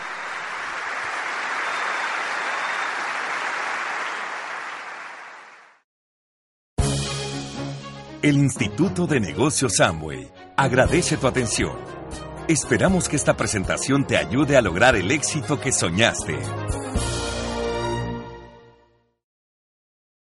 El Instituto de Negocios Amway agradece tu atención. Esperamos que esta presentación te ayude a lograr el éxito que soñaste.